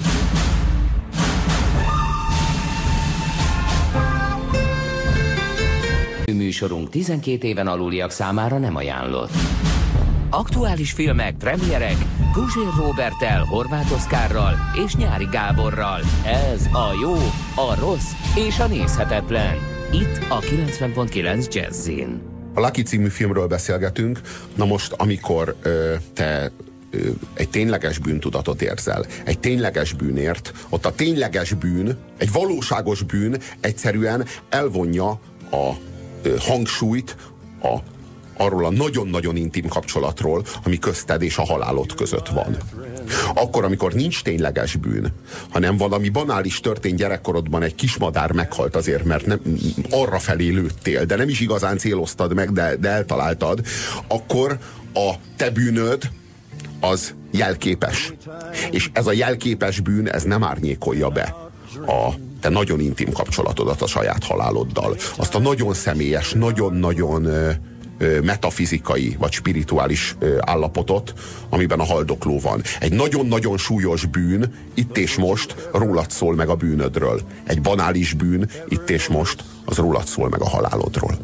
Műsorunk tizenkét éven aluliak számára nem ajánlott. Aktuális filmek, premierek, Guzsér Róberttel, Horváth Oszkárral és Nyári Gáborral. Ez a jó, a rossz és a nézhetetlen. Itt a kilencven pont kilenc Jazzin. A Lucky című filmről beszélgetünk. Na most, amikor ö, te ö, egy tényleges bűntudatot érzel, egy tényleges bűnért, ott a tényleges bűn, egy valóságos bűn egyszerűen elvonja a ö, hangsúlyt a arról a nagyon-nagyon intim kapcsolatról, ami közted és a halálod között van. Akkor, amikor nincs tényleges bűn, hanem valami banális történt gyerekkorodban, egy kismadár meghalt azért, mert nem, arra felé lőttél, de nem is igazán céloztad meg, de, de eltaláltad, akkor a te bűnöd az jelképes. És ez a jelképes bűn, ez nem árnyékolja be a te nagyon intim kapcsolatodat a saját haláloddal. Azt a nagyon személyes, nagyon-nagyon metafizikai vagy spirituális állapotot, amiben a haldokló van. Egy nagyon-nagyon súlyos bűn itt és most rólad szól meg a bűnödről. Egy banális bűn itt és most az rólad szól meg a halálodról.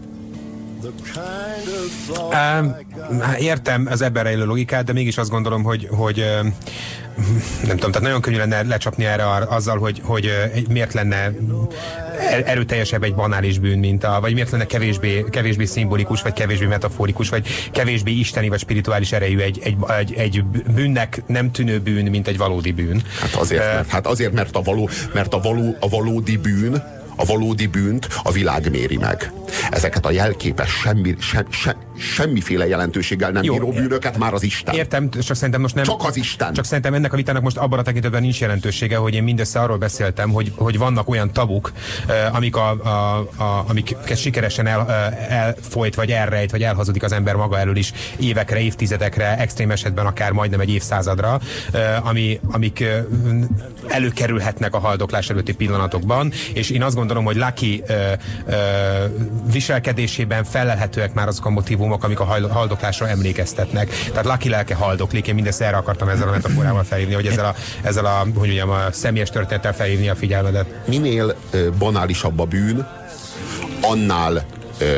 Um, értem az ebben rejlő logikát, de mégis azt gondolom, hogy, hogy um, nem tudom, tehát nagyon könnyű lenne lecsapni erre azzal, hogy, hogy uh, miért lenne erőteljesebb egy banális bűn, mint a, vagy miért lenne kevésbé, kevésbé szimbolikus, vagy kevésbé metaforikus, vagy kevésbé isteni, vagy spirituális erejű egy, egy, egy, egy bűnnek nem tűnő bűn, mint egy valódi bűn. Hát azért, uh, mert, hát azért, mert, a, való, mert a, való, a valódi bűn A valódi bűnt a világ méri meg. Ezeket a jelképes, semmi, sem, sem, semmiféle jelentőséggel nem bíró bűnöket már az Isten. Értem, csak szerintem most nem... Csak az Isten. Csak szerintem ennek a vitának most abban a tekintetben nincs jelentősége, hogy én mindössze arról beszéltem, hogy, hogy vannak olyan tabuk, amik a, a, a, amiket sikeresen el, elfolyt, vagy elrejt, vagy elhazudik az ember maga elől is évekre, évtizedekre, extrém esetben akár majdnem egy évszázadra, ami, amik előkerülhetnek a haldoklás előtti pillanatokban, és én azt gondolom, hogy Lucky ö, ö, viselkedésében felelhetőek már azok a motívumok, amik a haldoklásra emlékeztetnek. Tehát Lucky lelke haldoklik, én mindezt erre akartam ezzel a metaforával felhívni, hogy ezzel a, ezzel a, hogy mondjam, a személyes történettel felhívni a figyelmedet. Minél ö, banálisabb a bűn, annál, ö,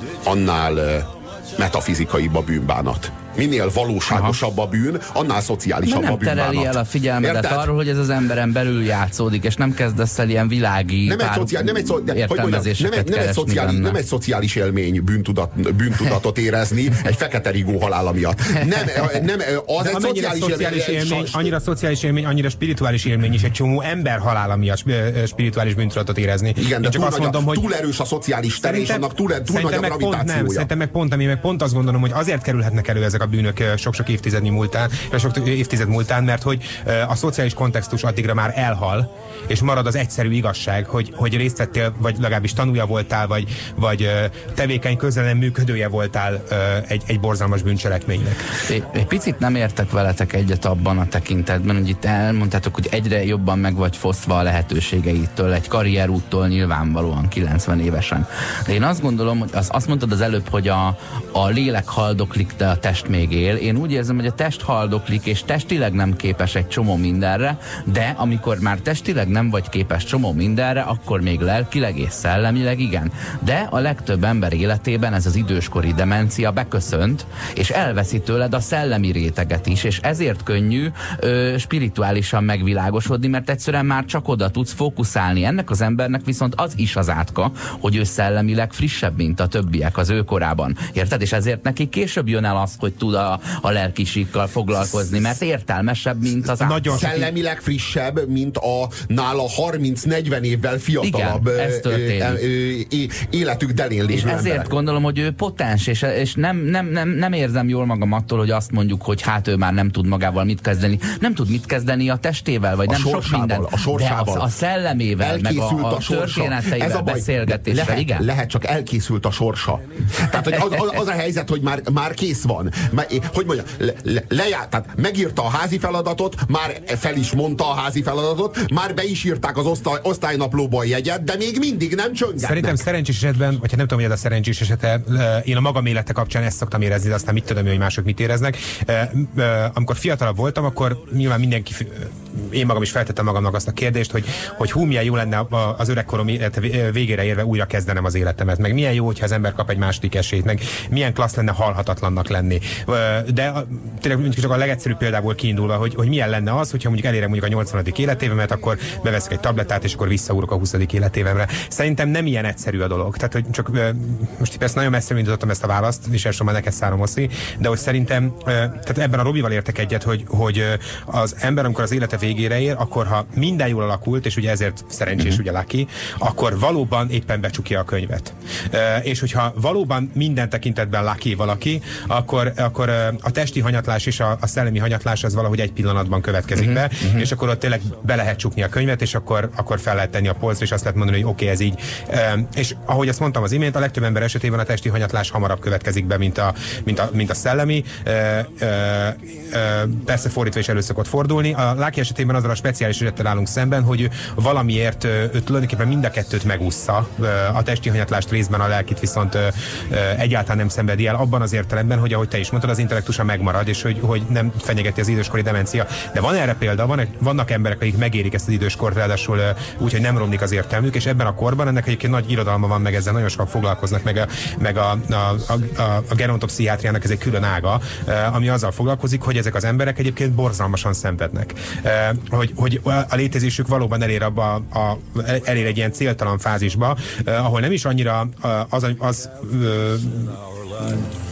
annál ö, metafizikaibb a bűnbánat. Minél valóságosabb a bűn, annál szociálisabb nem a bűnbánat. tereli el a figyelmedet Érted? arról, hogy ez az emberen belül játszódik, és nem kezdesz el ilyen világi nem egy, szociál, nem egy, szó, de, értelmezéseket nem egy, nem egy szociális, nem egy szociális élmény bűntudat, bűntudatot érezni egy fekete rigó halála miatt. Nem, nem az de egy szociális, szociális élmény, élmény, annyira szociális élmény, annyira spirituális élmény is egy csomó ember halála miatt spirituális bűntudatot érezni. Igen, de csak túl, azt mondom, a, hogy túl erős a szociális tere, és annak túl, túl nagy a gravitációja. Nem, szerintem meg pont, ami meg pont azt gondolom, hogy azért kerülhetnek elő ezek a bűnök sok-sok évtizednyi múltán, sok évtized múltán, mert hogy a szociális kontextus addigra már elhal, és marad az egyszerű igazság, hogy, hogy részt vettél, vagy legalábbis tanúja voltál, vagy, vagy tevékeny közelen működője voltál egy, egy borzalmas bűncselekménynek. Egy, egy picit nem értek veletek egyet abban a tekintetben, hogy itt elmondtátok, hogy egyre jobban meg vagy fosztva a lehetőségeitől, egy karrierúttól nyilvánvalóan kilencven évesen. De én azt gondolom, hogy az, azt mondtad az előbb, hogy a, a lélek haldoklik, de a test még él. Én úgy érzem, hogy a test haldoklik, és testileg nem képes egy csomó mindenre, de amikor már testileg nem vagy képes csomó mindenre, akkor még lelkileg és szellemileg igen. De a legtöbb ember életében ez az időskori demencia beköszönt, és elveszi tőled a szellemi réteget is, és ezért könnyű ö, spirituálisan megvilágosodni, mert egyszerűen már csak oda tudsz fókuszálni. Ennek az embernek viszont az is az átka, hogy ő szellemileg frissebb, mint a többiek az ő korában. Érted? És ezért neki később jön el az, hogy tud a, a lelkisikkal foglalkozni, mert értelmesebb, mint az nagyon szellemileg frissebb, mint a nála harminc-negyven évvel fiatalabb. Igen, ez történik. Ö, ö, ö, életük delén lévő és ezért emberek. gondolom, hogy ő potens, és, és nem, nem, nem, nem érzem jól magam attól, hogy azt mondjuk, hogy hát ő már nem tud magával mit kezdeni. Nem tud mit kezdeni a testével, vagy a nem sok minden. A sorsával. De a, a szellemével, meg a, a, a történeteivel, a beszélgetéssel, lehet, igen? Lehet, csak elkészült a sorsa. Tehát hogy az, az, az a helyzet, hogy már, már kész van. Már, hogy mondja, le, le, lejár, tehát megírta a házi feladatot, már fel is mondta a házi feladatot, már be is írták az osztály, osztálynaplóba a jegyet, de még mindig nem csöngetnek. Szerintem szerencsés esetben, vagy hát nem tudom, hogy ez a szerencsés esete, én a magam élete kapcsán ezt szoktam érezni, de aztán mit tudom, hogy mások mit éreznek. Amikor fiatalabb voltam, akkor nyilván mindenki, én magam is feltettem magamnak azt a kérdést, hogy, hogy hú, milyen jó lenne az öregkorom végére érve újra kezdenem az életemet, meg milyen jó, hogyha az ember kap egy második esélyt, meg milyen klassz lenne halhatatlannak lenni. De tényleg csak a legegyszerűbb példából kiindulva, hogy, hogy milyen lenne az, hogyha mondjuk elérem mondjuk a nyolcvanadik életévemet, akkor beveszek egy tablettát, és akkor visszaúrok a huszadik életévemre. Szerintem nem ilyen egyszerű a dolog. Tehát, hogy csak most persze nagyon messzire indítottam ezt a választ, és elsősorban neked szárom oszi, de hogy szerintem, tehát ebben a Robival értek egyet, hogy, hogy az ember, amikor az élete végére ér, akkor ha minden jól alakult, és ugye ezért szerencsés ugye Lucky, akkor valóban éppen becsukja a könyvet. És hogyha valóban minden tekintetben Lucky valaki, akkor, akkor a testi hanyatlás és a, a szellemi hanyatlás az valahogy egy pillanatban következik uh-huh, be, uh-huh. és akkor ott tényleg be lehet csukni a könyvet, és akkor, akkor fel lehet tenni a polcra, és azt lehet mondani, hogy oké, okay, ez így. E, és ahogy azt mondtam az imént, a legtöbb ember esetében a testi hanyatlás hamarabb következik be, mint a, mint a, mint a szellemi. E, e, e, persze fordítva is elő szokott fordulni. A Lucky esetében azzal a speciális esettel állunk szemben, hogy ő valamiért ő tulajdonképpen mind a kettőt megúszza. A testi hanyatlást részben, a lelkit viszont egyáltalán nem szenvedi el, abban az értelemben, hogy ahogy te is mondtad, az intellektusa megmarad, és hogy, hogy nem fenyegeti az időskori demencia. De van erre példa, van, vannak emberek, akik megérik ezt az időskort, ráadásul úgy, hogy nem romlik az értelmük, és ebben a korban ennek egyébként nagy irodalma van, meg ezzel nagyon sokan foglalkoznak, meg a, meg a, a, a, a, a gerontopszichiátriának ez egy külön ága, ami azzal foglalkozik, hogy ezek az emberek egyébként borzalmasan szenvednek. Hogy, hogy a létezésük valóban elér, abba, a, elér egy ilyen céltalan fázisba, ahol nem is annyira az, az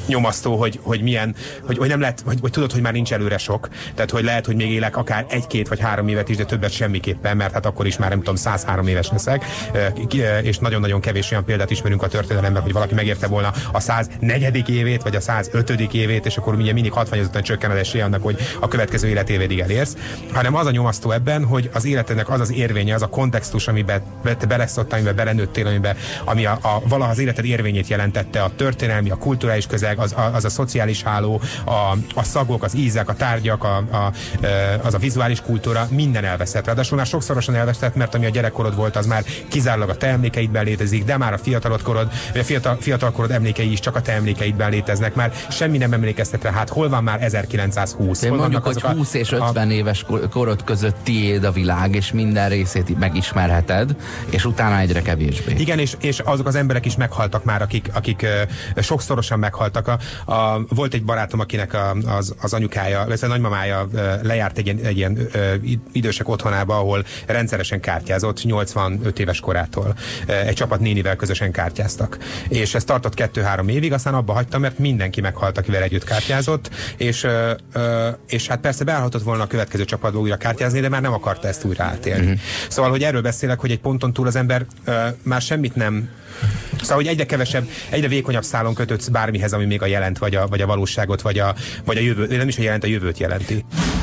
nyomasztó, hogy, hogy milyen, hogy, hogy nem lehet, hogy, hogy tudod, hogy már nincs előre sok, tehát hogy lehet, hogy még élek akár egy-két vagy három évet is, de többet semmiképpen, mert hát akkor is már nem tudom, száz három éves leszek, és nagyon-nagyon kevés olyan példát ismerünk a történelemben, hogy valaki megérte volna a száz negyedik évét, vagy a száz ötödik évét, és akkor ugye mindig hatványozottan csökken az esélye annak, hogy a következő életévédig elérsz, hanem az a nyomasztó ebben, hogy az életednek az az érvénye, az a kontextus, amiben te beleszottál, amiben belenőttél, amiben, ami a, a, valaha az életed érvényét jelentette, a történelmi, a kulturális közeg, az a, az a szociális háló, a, a szagok, az ízek, a tárgyak, a, a, az a vizuális kultúra, minden elveszett. Ráadásul már sokszorosan elveszett, mert ami a gyerekkorod volt, az már kizárólag a te emlékeidben létezik, de már a fiatalodkorod, vagy a fiatal, fiatalkorod emlékei is csak a te emlékeidben léteznek, már semmi nem emlékeztet rá. Hát hol van már ezerkilencszázhúsz? Én mondjuk, hogy húsz és ötven a... éves korod között tiéd a világ, és minden részét megismerheted, és utána egyre kevésbé. Igen, és, és azok az emberek is meghaltak már, akik, akik uh, sokszorosan meghaltak. A, a, volt egy barátom, akinek a, az, az anyukája, vagy a nagymamája uh, lejárt egy, egy ilyen uh, idősek otthonába, ahol rendszeresen kártyázott, nyolcvanöt éves korától. Uh, egy csapat nénivel közösen kártyáztak. És ez tartott kettő-három évig, aztán abba hagytam, mert mindenki meghalt, akivel együtt kártyázott, és, uh, uh, és hát persze beállhatott volna a következő csapatba újra kártyázni, de már nem akarta ezt újra átélni. Mm-hmm. Szóval, hogy erről beszélek, hogy egy ponton túl az ember uh, már semmit nem. Szóval, hogy egyre kevesebb, egyre vékonyabb szálon kötődsz bármihez, ami még a jelent, vagy a, vagy a valóságot, vagy a, vagy a jövő, nem is a jelent, a jövőt jelenti.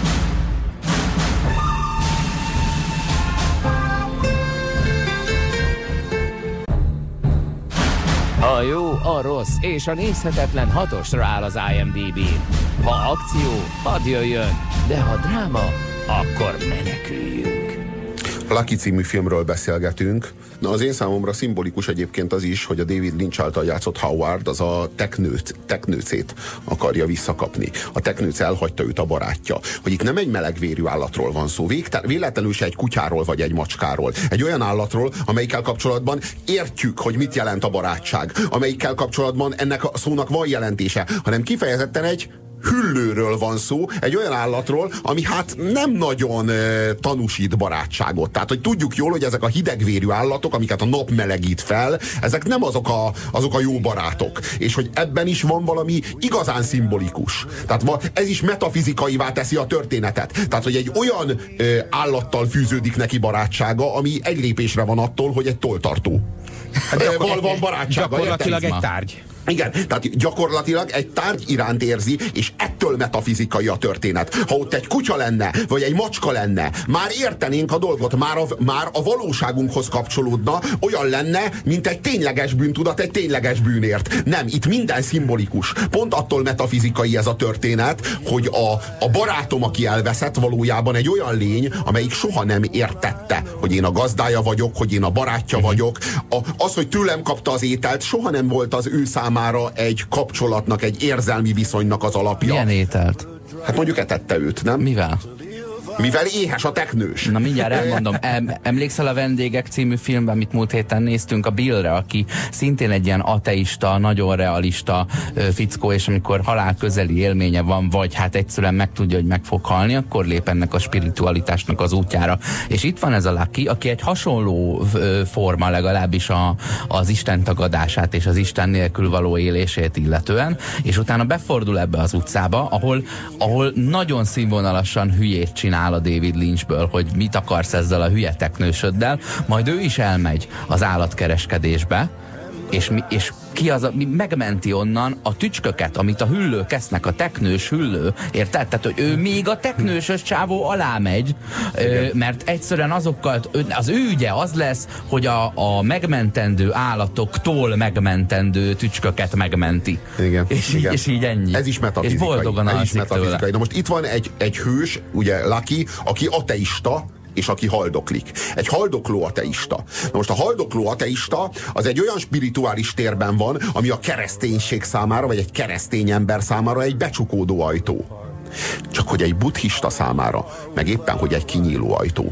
A jó, a rossz és a nézhetetlen hatosra áll az I M D B-n. Ha akció, hadd jöjjön, de ha dráma, akkor meneküljünk. A Lucky című filmről beszélgetünk. Na, az én számomra szimbolikus egyébként az is, hogy a David Lynch által játszott Howard az a teknőc, teknőcét akarja visszakapni. A teknőc elhagyta őt a barátja. Hogy itt nem egy melegvérű állatról van szó, végtel, véletlenül se egy kutyáról vagy egy macskáról. Egy olyan állatról, amelyikkel kapcsolatban értjük, hogy mit jelent a barátság. Amelyikkel kapcsolatban ennek a szónak van jelentése, hanem kifejezetten egy hüllőről van szó, egy olyan állatról, ami hát nem nagyon e, tanúsít barátságot. Tehát, hogy tudjuk jól, hogy ezek a hidegvérű állatok, amiket a nap melegít fel, ezek nem azok a, azok a jó barátok. És hogy ebben is van valami igazán szimbolikus. Tehát ez is metafizikaivá teszi a történetet. Tehát, hogy egy olyan e, állattal fűződik neki barátsága, ami egy lépésre van attól, hogy egy tolltartó. Hát gyakor- van barátsága. Gyakorlatilag egy tárgy. Igen, tehát gyakorlatilag egy tárgy iránt érzi, és ettől metafizikai a történet. Ha ott egy kutya lenne, vagy egy macska lenne, már értenénk a dolgot, már a, már a valóságunkhoz kapcsolódna, olyan lenne, mint egy tényleges bűntudat egy tényleges bűnért. Nem, itt minden szimbolikus. Pont attól metafizikai ez a történet, hogy a, a barátom, aki elveszett, valójában egy olyan lény, amelyik soha nem értette, hogy én a gazdája vagyok, hogy én a barátja mm-hmm. vagyok. A, az, hogy tőlem kapta az ételt, soha nem volt az ő számára mára egy kapcsolatnak, egy érzelmi viszonynak az alapja. Milyen ételt? Hát mondjuk etette őt, nem? Mivel? Mivel éhes a teknős. Na mindjárt elmondom. Em, emlékszel a Vendégek című filmben, amit múlt héten néztünk, a Billre, aki szintén egy ilyen ateista, nagyon realista ö, fickó, és amikor halál közeli élménye van, vagy hát egyszerűen megtudja, hogy meg fog halni, akkor lép ennek a spiritualitásnak az útjára. És itt van ez a Lucky, aki egy hasonló ö, forma, legalábbis a, az Isten tagadását és az Isten nélkül való élését illetően, és utána befordul ebbe az utcába, ahol, ahol nagyon színvonalasan hülyét csinál a David Lynchből, hogy mit akarsz ezzel a hülye teknősöddel, majd ő is elmegy az állatkereskedésbe, és, mi, és ki az, a, mi megmenti onnan a tücsköket, amit a hüllők esznek, a teknős hüllő, érted? Tehát, hogy ő még a teknősös csávó alá megy, ö, mert egyszerűen azokkal, az ő ügye az lesz, hogy a, a megmentendő állatoktól megmentendő tücsköket megmenti. Igen, és, igen. Így, és így ennyi. Ez is metafizikai. És boldogan Ez is metafizikai. tőle. Na most itt van egy, egy hős, ugye Lucky, aki ateista, és aki haldoklik. Egy haldokló ateista. Na most a haldokló ateista az egy olyan spirituális térben van, ami a kereszténység számára, vagy egy keresztény ember számára egy becsukódó ajtó. Csak hogy egy buddhista számára, meg éppen, hogy egy kinyíló ajtó.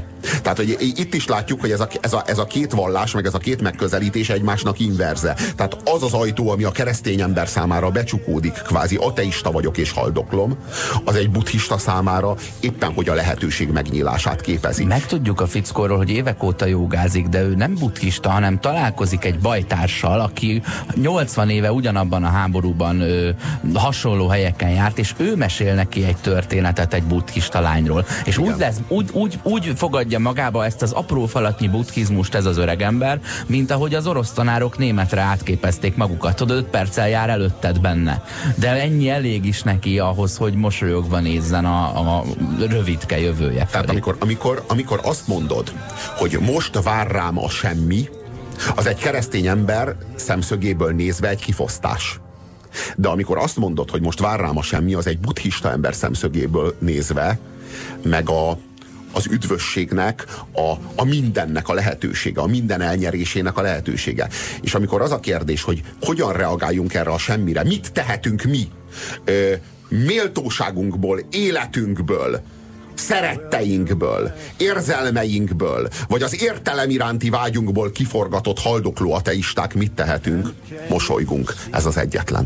Tehát, hogy itt is látjuk, hogy ez a, ez, a, ez a két vallás, meg ez a két megközelítés egymásnak inverze. Tehát az az ajtó, ami a keresztény ember számára becsukódik, kvázi ateista vagyok és haldoklom, az egy buddhista számára éppen, hogy a lehetőség megnyílását képezi. Megtudjuk a fickóról, hogy évek óta jogázik, de ő nem buddhista, hanem találkozik egy bajtársal, aki nyolcvan éve ugyanabban a háborúban ö, hasonló helyeken járt, és ő mesél neki egy történetet egy buddhista lányról. És úgy, lesz, úgy, úgy, úgy fogadja magába ezt az apró falatnyi buddhizmust ez az öregember, mint ahogy az orosz tanárok németre átképezték magukat. Tudod, öt perccel jár előtted benne. De ennyi elég is neki ahhoz, hogy mosolyogva nézzen a, a rövidke jövője felé. Tehát amikor, amikor, amikor azt mondod, hogy most vár rám a semmi, az egy keresztény ember szemszögéből nézve egy kifosztás. De amikor azt mondod, hogy most vár rám a semmi, az egy buddhista ember szemszögéből nézve, meg a, az üdvösségnek, a, a mindennek a lehetősége, a minden elnyerésének a lehetősége. És amikor az a kérdés, hogy hogyan reagáljunk erre a semmire, mit tehetünk mi, ö, méltóságunkból, életünkből, szeretteinkből, érzelmeinkből, vagy az értelem iránti vágyunkból kiforgatott haldokló ateisták mit tehetünk? Mosolygunk. Ez az egyetlen.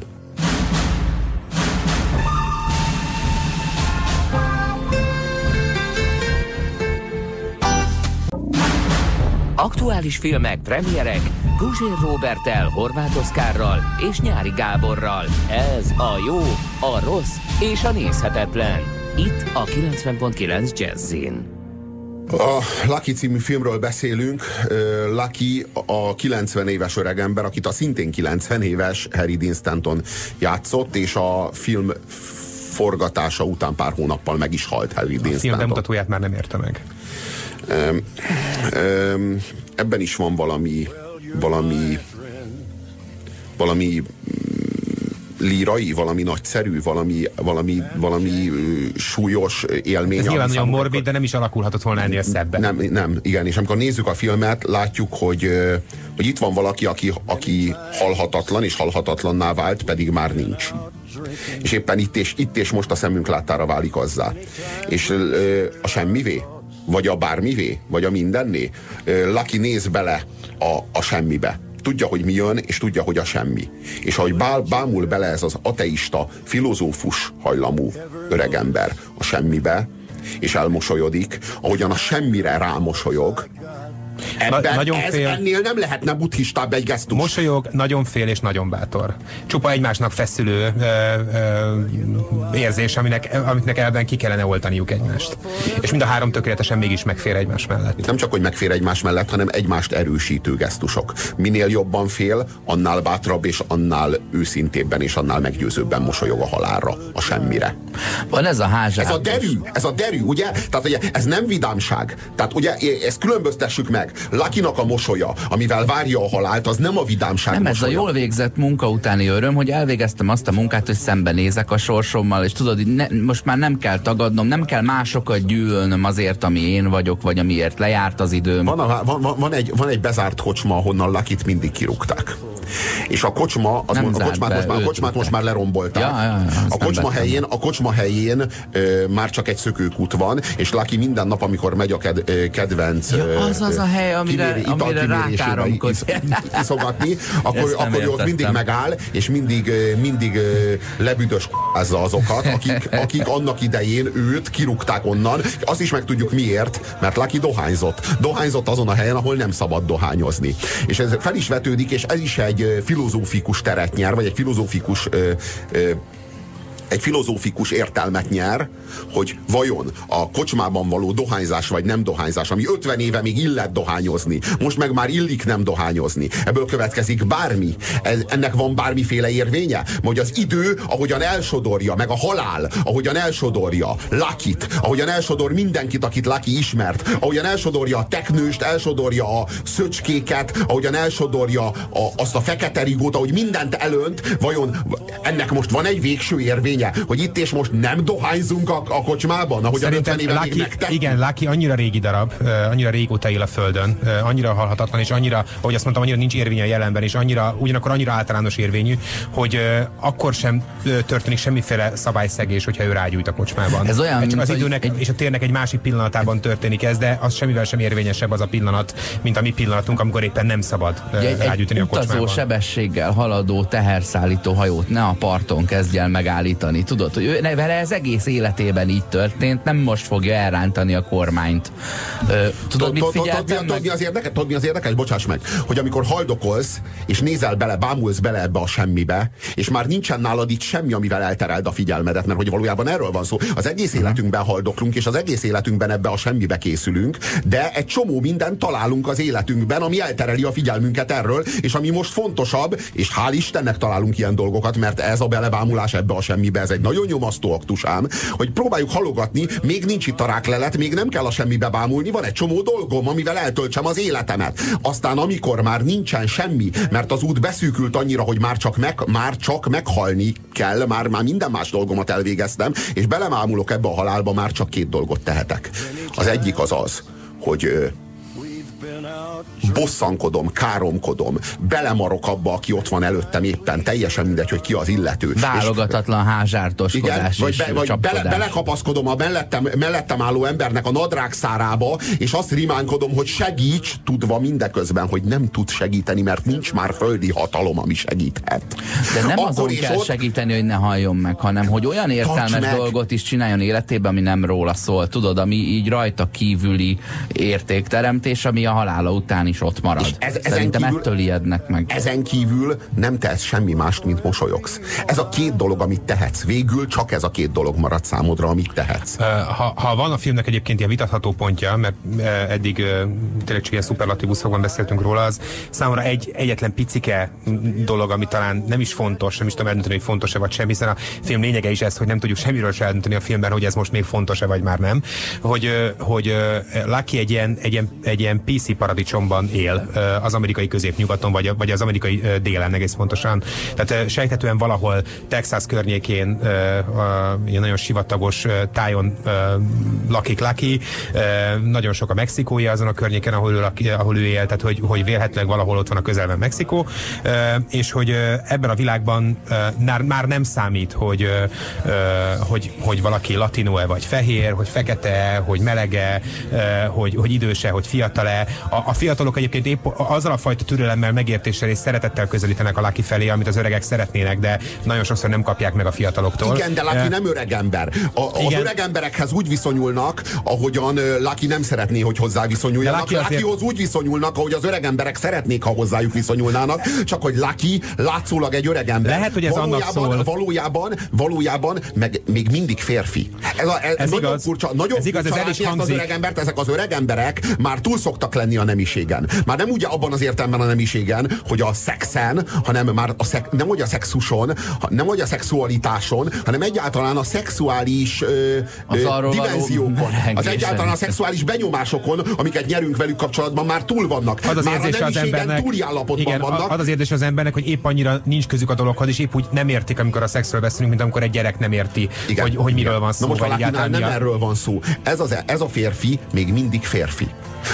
Aktuális filmek, premierek, Guzsér Róberttel, Horváth Oszkárral és Nyári Gáborral. Ez a jó, a rossz és a nézhetetlen. Itt a kilencven pont kilenc Jazzin. A Lucky című filmről beszélünk. Lucky a kilencven éves öregember, akit a szintén kilencven éves Harry Dean Stanton játszott, és a film forgatása után pár hónappal meg is halt Harry Dean Stanton. A film bemutatóját már nem érte meg. Um, um, ebben is van valami valami valami lírai, valami nagyszerű, valami, valami, valami uh, súlyos élmény. Ez nyilván nagyon morbid, de nem is alakulhatott volna ennél szebben. Nem, nem, igen, és amikor nézzük a filmet, látjuk, hogy, hogy itt van valaki, aki, aki halhatatlan, és halhatatlanná vált, pedig már nincs. És éppen itt és, itt és most a szemünk láttára válik azzá. És uh, a semmivé? Vagy a bármivé? Vagy a mindenné? Uh, Lucky néz bele a, a semmibe. Tudja, hogy mi jön, és tudja, hogy a semmi. És ahogy bál, bámul bele ez az ateista, filozófus hajlamú öregember a semmibe, és elmosolyodik, ahogyan a semmire rámosolyog, ebben, Na, nagyon ez, fél, ennél nem lehetne buddhistább egy gesztus. Mosolyog, nagyon fél és nagyon bátor. Csupa egymásnak feszülő ö, ö, érzés, aminek, amiknek elben ki kellene oltaniuk egymást. És mind a három tökéletesen mégis megfér egymás mellett. Itt nem csak, hogy megfér egymás mellett, hanem egymást erősítő gesztusok. Minél jobban fél, annál bátrabb, és annál őszintébben, és annál meggyőzőbben mosolyog a halálra, a semmire. Van ez a házsák. Ez a derű, ez a derű, ugye? Tehát ugye, ez nem vidámság. Tehát ugye, ezt különböztessük meg. Luckynak a mosolya, amivel várja a halált, az nem a vidámság nem mosolya. Ez a jól végzett munka utáni öröm, hogy elvégeztem azt a munkát, hogy szembenézek a sorsommal, és tudod, ne, most már nem kell tagadnom, nem kell másokat gyűlölnöm azért, ami én vagyok, vagy amiért lejárt az időm. Van, a, van, van, egy, van egy bezárt kocsma, ahonnan Lucyt mindig kirúgták. És a kocsma, az mo- a kocsmát, most már, a kocsmát most már lerombolták. Ja, ja, ja, a, kocsma helyén, a kocsma helyén ö, már csak egy szökőkút van, és Lucky minden nap, amikor megy a ked, ö, kedvenc ja, az az a hely, amire, kiméri, amire rákáromkodik. Iszogatni, akkor, akkor ő ott mindig megáll, és mindig, mindig lebüdös k***ázza azokat, akik, akik annak idején őt kirúgták onnan. Azt is megtudjuk miért, mert Lucky dohányzott. Dohányzott azon a helyen, ahol nem szabad dohányozni. És ez fel is vetődik, és ez is egy filozófikus teret nyer, vagy egy filozófikus ö, ö, egy filozófikus értelmet nyer, hogy vajon a kocsmában való dohányzás vagy nem dohányzás, ami ötven éve még illet dohányozni, most meg már illik nem dohányozni. Ebből következik bármi. Ez, ennek van bármiféle érvénye? Hogy az idő, ahogyan elsodorja, meg a halál, ahogyan elsodorja Lucyt, ahogyan elsodor mindenkit, akit Lucky ismert, ahogyan elsodorja a teknőst, elsodorja a szöcskéket, ahogyan elsodorja a, azt a fekete rigót, ahogy mindent elönt, vajon ennek most van egy végső érvény? érvénye, hogy itt és most nem dohányzunk a, a kocsmában, ahogy szerintem a ötven éve még megtettük? Igen, Lucky annyira régi darab, annyira régóta él a Földön, annyira halhatatlan, és annyira, ahogy azt mondtam, annyira nincs érvénye a jelenben, és annyira, ugyanakkor annyira általános érvényű, hogy akkor sem történik semmiféle szabályszegés, hogyha ő rágyújt a kocsmában. Ez olyan, csak az mint, időnek egy... és a térnek egy másik pillanatában történik ez, de az semmivel sem érvényesebb az a pillanat, mint a mi pillanatunk, amikor éppen nem szabad egy, rágyújtani egy a kocsmában. Utazó sebességgel haladó teherszállító hajót ne a parton kezdj el megállítani. Tudod, hogy ő, vele ez egész életében így történt, nem most fogja elrántani a kormányt. Ö, tudod, mit figyeltem meg? Tudod, mi az érdekes? Bocsáss meg, hogy amikor haldokolsz, és nézel bele, bámulsz bele ebbe a semmibe, és már nincsen nálad itt semmi, amivel eltereld a figyelmedet, mert hogy valójában erről van szó. Az egész életünkben haldoklunk, és az egész életünkben ebbe a semmibe készülünk, de egy csomó mindent találunk az életünkben, ami eltereli a figyelmünket erről, és ami most fontosabb, és hál' Istennek találunk ilyen dolgokat, mert ez a belebámulás ebbe a semmibe, ez egy nagyon nyomasztó aktus ám, hogy próbáljuk halogatni, még nincs itt a ráklelet, még nem kell a semmibe bámulni, van egy csomó dolgom, amivel eltöltsem az életemet. Aztán amikor már nincsen semmi, mert az út beszűkült annyira, hogy már csak, meg, már csak meghalni kell, már, már minden más dolgomat elvégeztem, és belemámulok ebbe a halálba, már csak két dolgot tehetek. Az egyik az az, hogy bosszankodom, káromkodom, belemarok abba, aki ott van előttem éppen, teljesen mindegy, hogy ki az illető. Válogatatlan házsártoskodás vagy, be, vagy bele, belekapaszkodom a mellettem, mellettem álló embernek a nadrág szárába, és azt rimánkodom, hogy segíts, tudva mindeközben, hogy nem tud segíteni, mert nincs már földi hatalom, ami segíthet. De nem Akkor azon kell ott... segíteni, hogy ne halljon meg, hanem hogy olyan értelmes dolgot is csináljon életében, ami nem róla szól. Tudod, ami így rajta kívüli értékteremtés, ami a halála után is ott marad. Ez, Szerintem kívül, ettől ijednek meg. Ezen kívül nem tehetsz semmi mást, mint mosolyogsz. Ez a két dolog, amit tehetsz. Végül csak ez a két dolog marad számodra, amit tehetsz. Ha, ha van a filmnek egyébként ilyen vitatható pontja, mert eddig tényleg csak ilyen szuperlatívuszokban beszéltünk róla, az számomra egy egyetlen picike dolog, ami talán nem is fontos, nem is tudom eldönteni, hogy fontos-e vagy sem, hiszen a film lényege is ez, hogy nem tudjuk semmiről se eldönteni a filmben, hogy ez most még fontos-e vagy már nem. Hogy, hogy Lucky egy ilyen, egy ilyen, egy ilyen pé cé paradicsomban él az amerikai középnyugaton, vagy, vagy az amerikai délen egész pontosan. Tehát sejthetően valahol Texas környékén ilyen nagyon sivatagos tájon lakik Lucky, nagyon sok a mexikói azon a környéken, ahol ő, ahol ő él, tehát hogy, hogy vélhetőleg valahol ott van a közelben Mexikó, és hogy ebben a világban már nem számít, hogy, hogy, hogy valaki latino-e vagy fehér, hogy fekete, hogy melege, hogy, hogy időse, hogy fiatal-e. A, a fiatalok egyébként épp azzal a fajta türelemmel, megértéssel és szeretettel közelítenek a Lucky felé, amit az öregek szeretnének, de nagyon sokszor nem kapják meg a fiataloktól. Igen, de Lucky uh, nem öreg ember. A, az öreg emberekhez úgy viszonyulnak, ahogyan Lucky nem szeretné, hogy hozzá viszonyuljanak. Lucky azért... Luckyhoz úgy viszonyulnak, ahogy az öreg emberek szeretnék, ha hozzájuk viszonyulnának, csak hogy Lucky látszólag egy öreg ember. Lehet, hogy ez valójában, annak szól. Valójában, valójában meg még mindig férfi. Ez, a, ez, ez nagyon igaz. Furcsa, nagyon ez igaz, furcsa ez el is látni ezt az öreg embert, ezek az öreg emberek már túl szoktak lenni a nemiségen. Már nem ugye abban az értelemben a nemiségen, hogy a szexen, hanem már a szek, nem hogy a szexuson, nem hogy a szexualitáson, hanem egyáltalán a szexuális ö, ö, dimenziókon. Az egyáltalán a szexuális benyomásokon, amiket nyerünk velük kapcsolatban, már túl vannak. Az az már érzés a az embernek, túli állapotban igen, vannak. Az az érzés az embernek, hogy épp annyira nincs közük a dologhoz, és épp úgy nem értik, amikor a szexről beszélünk, mint amikor egy gyerek nem érti, igen, hogy, hogy miről van szó. Na most vagy nem miatt. Erről van szó. Ez, az, ez a férfi még mindig férfi.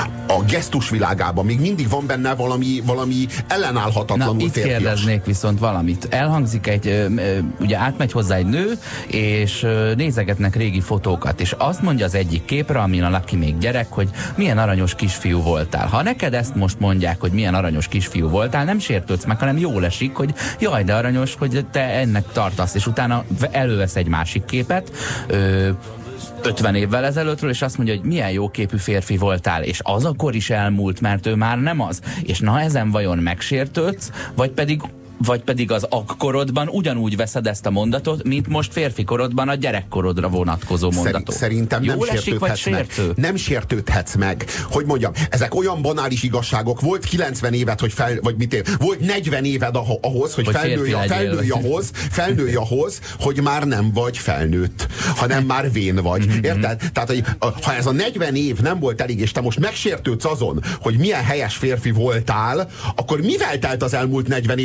A gesztus világában még mindig van benne valami, valami ellenállhatatlanul Na, itt férfias. kérdeznék viszont valamit. Elhangzik egy, ugye átmegy hozzá egy nő, és nézegetnek régi fotókat, és azt mondja az egyik képre, amin a Lucky még gyerek, hogy milyen aranyos kisfiú voltál. Ha neked ezt most mondják, hogy milyen aranyos kisfiú voltál, nem sértődsz meg, hanem jól esik, hogy jaj, de aranyos, hogy te ennek tartasz, és utána elővesz egy másik képet, ö, ötven évvel ezelőttről, és azt mondja, hogy milyen jóképű férfi voltál, és az akkor is elmúlt, mert ő már nem az. És na ezen vajon megsértődsz, vagy pedig vagy pedig az akkorodban ugyanúgy veszed ezt a mondatot, mint most férfi korodban a gyerekkorodra vonatkozó mondatot. Szerintem nem sértődhetsz meg. Nem sértődhetsz meg. Hogy mondjam, ezek olyan banális igazságok. Volt kilencven évet, hogy fel, vagy mit ér, volt negyven éved ahhoz, hogy, hogy felnőj, felnőj ahhoz, felnőj ahhoz, hogy már nem vagy felnőtt, hanem már vén vagy. Érted? Tehát, hogy ha ez a negyven év nem volt elég, és te most megsértődsz azon, hogy milyen helyes férfi voltál, akkor mivel telt az elmúlt negyven év? Ne haragudj,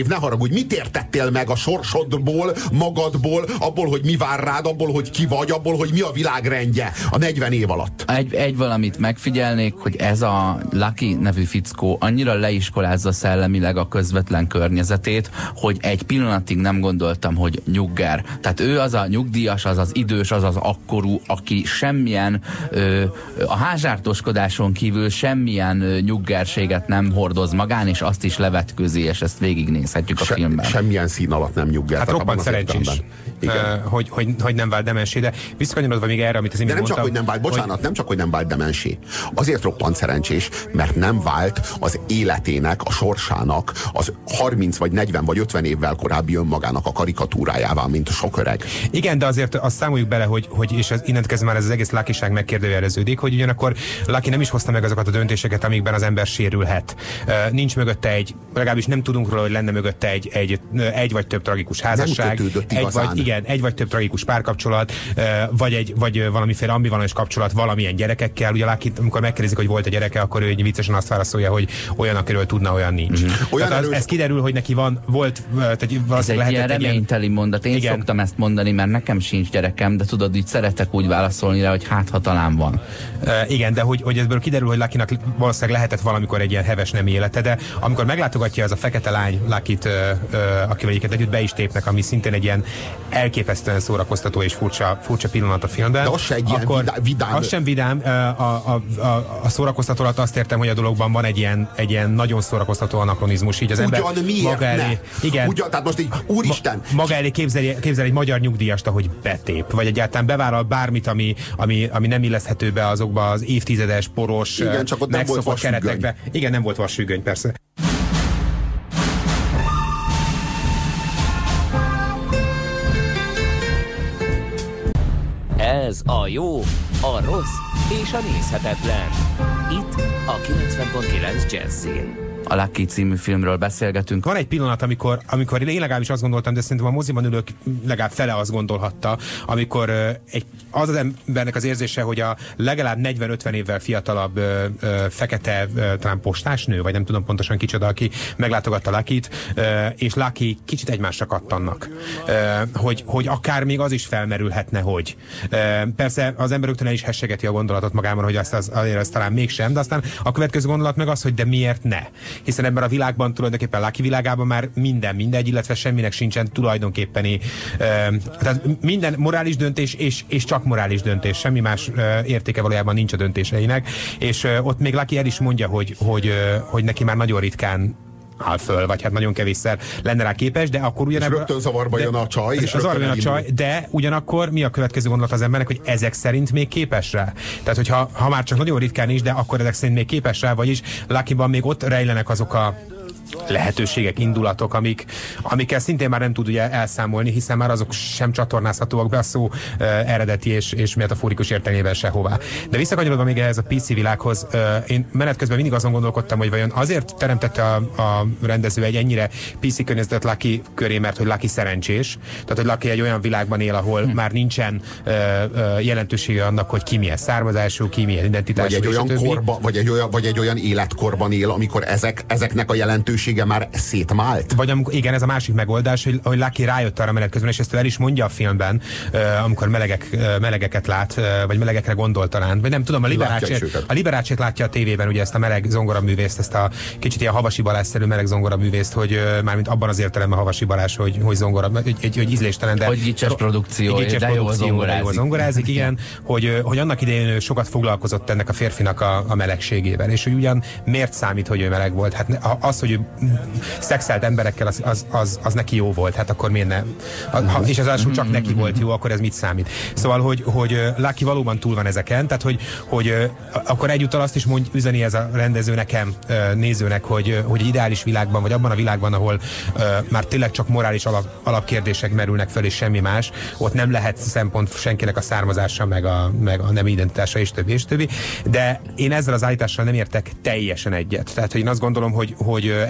hogy mit értettél meg a sorsodból, magadból, abból, hogy mi vár rád, abból, hogy ki vagy, abból, hogy mi a világrendje a negyven év alatt. Egy, egy valamit megfigyelnék, hogy ez a Lucky nevű fickó annyira leiskolázza szellemileg a közvetlen környezetét, hogy egy pillanatig nem gondoltam, hogy nyugger. Tehát ő az a nyugdíjas, az az idős, az az akkorú, aki semmilyen ö, a házsártoskodáson kívül semmilyen ö, nyuggerséget nem hordoz magán, és azt is levetkőzi, és ezt végignézhetjük a Se, filmben. Semmilyen szín alatt nem nyugger. Hát roppant szerencsés, uh, hogy, hogy, hogy nem vált demensé, de visszakanyarodva még erre, amit az imént De nem mondtam, csak, hogy nem vált, bocsánat, hogy... nem csak, hogy nem vált demensé. Azért roppant szerencsés, mert nem vált az életének, a sorsának az harminc vagy negyven vagy ötven évvel korábbi önmagának a karikatúrájává, mint a sok öreg. Igen, de azért azt számoljuk bele, hogy, hogy és ez, innent kezdve már ez az egész Lucky-ság megkérdőjeleződik, hogy ugyanakkor Lucky nem is hozta meg azokat a döntéseket, amikben az ember sérülhet. Uh, nincs mögötte egy, legalábbis nem tudunk róla, hogy lenne mögötte egy, egy, egy vagy több tragikus házasság, egy vagy, igen, egy vagy több tragikus párkapcsolat, uh, vagy, egy, vagy valamiféle ambivalens kapcsolat valamilyen gyerekekkel. Ugye Lucky, amikor megkérdezik, hogy volt egy gyereke, akkor ő viccesen azt válaszolja, hogy olyan, akiről tudna, olyan nincs. Mm-hmm. Olyan az, ez kiderül, hogy neki van, volt, tehát ez egy ilyen reményteli mondat. Én igen. szoktam ezt mondani, mert nekem sincs gyerekem, de tudod, így szeretek úgy válaszolni rá, hogy hát ha talán van. Uh, igen, de hogy, hogy ebből kiderül, hogy Luckynak valószínűleg lehetett valamikor egy ilyen heves nem élete, de amikor meglátogatja ez a fekete lány Lucky-t, uh, uh, akivel egyiket együtt be is tépnek, ami szintén egy ilyen elképesztően szórakoztató és furcsa, furcsa pillanat a filmben. De az se egy akkor, ilyen vidám. Az sem vidám. Uh, a, a, a, a szórakoztató alatt azt értem, hogy a dologban van egy ilyen, egy ilyen nagyon szórakoztató anachronizmus. Így az Ugyan, ember miért maga elé, igen, Ugyan, tehát most így, úristen! Ma, maga elé képzel, képzel egy magyar nyugdíjast, ahogy betép, vagy egyáltalán bevállal bármit, ami, ami, ami nem illeszthető be azokba az évtizedes, poros, igen, csak ott nem volt keretekbe. Igen, nem volt vasfüggöny, persze. Ez a jó, a rossz és a nézhetetlen. Itt a kilencven pont kilenc Jazzin. A Lucky című filmről beszélgetünk. Van egy pillanat, amikor, amikor én legalábbis azt gondoltam, de szerintem a moziban ülők legalább fele azt gondolhatta, amikor uh, egy, az az embernek az érzése, hogy a legalább negyven-ötven évvel fiatalabb uh, uh, fekete uh, talán postásnő, vagy nem tudom pontosan kicsoda, aki meglátogatta Lucky-t, uh, és Lucky kicsit egymásra kattannak. Uh, hogy, hogy akár még az is felmerülhetne, hogy. Uh, persze az ember rögtön el is hessegeti a gondolatot magában, hogy azt az, azért az talán mégsem, de aztán a következő gondolat meg az, hogy de miért ne? Hiszen ebben a világban, tulajdonképpen Lucky világában már minden mindegy, illetve semminek sincsen tulajdonképpeni, uh, tehát minden morális döntés és, és csak morális döntés, semmi más uh, értéke valójában nincs a döntéseinek, és uh, ott még Lucky el is mondja, hogy, hogy, uh, hogy neki már nagyon ritkán áll föl, vagy hát nagyon kevésszer lenne rá képes, de akkor ugyanebből... És rögtön zavarba jön a csaj, és rögtön jön a csaj, de ugyanakkor mi a következő gondolat az embernek, hogy ezek szerint még képes rá? Tehát, hogyha ha már csak nagyon ritkán is, de akkor ezek szerint még képes rá, vagyis Luckyban még ott rejlenek azok a lehetőségek, indulatok, amik, amikkel szintén már nem tud ugye elszámolni, hiszen már azok sem csatornázhatóak be a szó uh, eredeti és, és metaforikus értelmében sehová. De visszakanyarodva még ehhez a pé cé világhoz, uh, én menet közben mindig azon gondolkodtam, hogy vajon azért teremtette a, a rendező egy ennyire pé cé környezetet Lucky köré, mert hogy Lucky szerencsés, tehát hogy Lucky egy olyan világban él, ahol hm. már nincsen uh, uh, jelentősége annak, hogy ki milyen származású, ki milyen identitású. Vagy egy olyan korba, vagy egy olyan, vagy egy olyan életkorban él, amikor ezek, ezeknek a jelentősége már szétmált. Vagy amikor, igen, ez a másik megoldás, hogy, hogy Lucky rájött arra menet közben, és ezt el is mondja a filmben, uh, amikor melegek, uh, melegeket lát, uh, vagy melegekre gondol talán, vagy nem tudom, a Liberácsét, a Liberácsét látja a tévében, ugye ezt a meleg zongoraművészt, ezt a kicsit ilyen Havasi Balázs-szerű meleg zongoraművészt, hogy uh, mármint abban az értelemben Havasi Balázs, hogy, hogy zongora, hogy, hogy, hogy ízléstelen, de... Hogy gicses produkció, gicses de produkció, jól zongorázik. Jól zongorázik, igen, hogy, hogy annak idején sokat foglalkozott ennek a férfinak a, a melegségével, és hogy ugyan miért számít, hogy ő meleg volt? Hát az, hogy ő szexelt emberekkel, az, az, az, az neki jó volt, hát akkor miért nem? Ha, és az alsó csak neki volt jó, akkor ez mit számít? Szóval, hogy, hogy Lucky valóban túl van ezeken, tehát hogy, hogy akkor egyúttal azt is mond, üzeni ez a rendező nekem, nézőnek, hogy, hogy egy ideális világban, vagy abban a világban, ahol már tényleg csak morális alap, alapkérdések merülnek fel, és semmi más, ott nem lehet szempont senkinek a származása, meg a, meg a nem identitása, és többi, és többi. De én ezzel az állítással nem értek teljesen egyet. Tehát, hogy én azt gondolom, hogy, hogy ez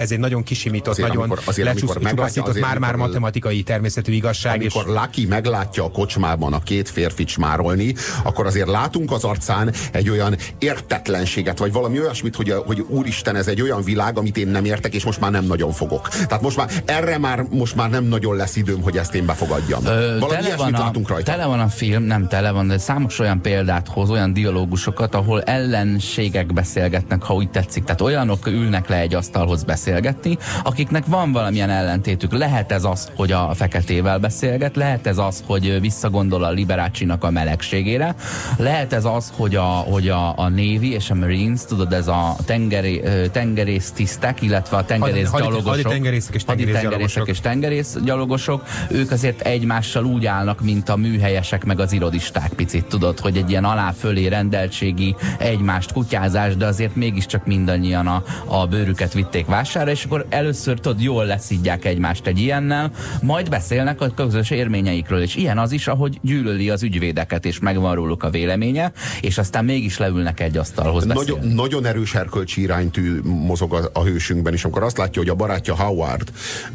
ez egy nagyon kisimított, azért, nagyon lecsúszított, már-már matematikai természetű igazság. Amikor és... Lucky meglátja a kocsmában a két férfit smárolni, akkor azért látunk az arcán egy olyan értetlenséget, vagy valami olyasmit, hogy, hogy úristen, ez egy olyan világ, amit én nem értek, és most már nem nagyon fogok. Tehát most már erre már, most már nem nagyon lesz időm, hogy ezt én befogadjam. Ö, valami tele van, a, tele van a film, nem tele van, de számos olyan példát hoz, olyan dialógusokat, ahol ellenségek beszélgetnek, ha úgy tetszik. Tehát olyanok ülnek le egy asztalhoz beszélgetni, akiknek van valamilyen ellentétük. Lehet ez az, hogy a feketével beszélget, lehet ez az, hogy visszagondol a Liberace-nak a melegségére, lehet ez az, hogy a, hogy a, a Navy és a Marines, tudod, ez a tengeri, tengerész tisztek, illetve a tengerész gyalogosok, haditengerészek és tengerészgyalogosok, és tengerészgyalogosok, ők azért egymással úgy állnak, mint a műhelyesek meg az irodisták picit, tudod, hogy egy ilyen alá-fölé rendeltségi egymást kutyázás, de azért mégiscsak mindannyian a, a bőrüket vitték vására, és akkor először tudod, jól leszidják egymást egy ilyennel, majd beszélnek a közös érményeikről, és ilyen az is, ahogy gyűlöli az ügyvédeket, és megvan róluk a véleménye, és aztán mégis leülnek egy asztalhoz beszélni. Nagyon, nagyon erős erkölcsi iránytű mozog a, a hősünkben, és amikor azt látja, hogy a barátja Howard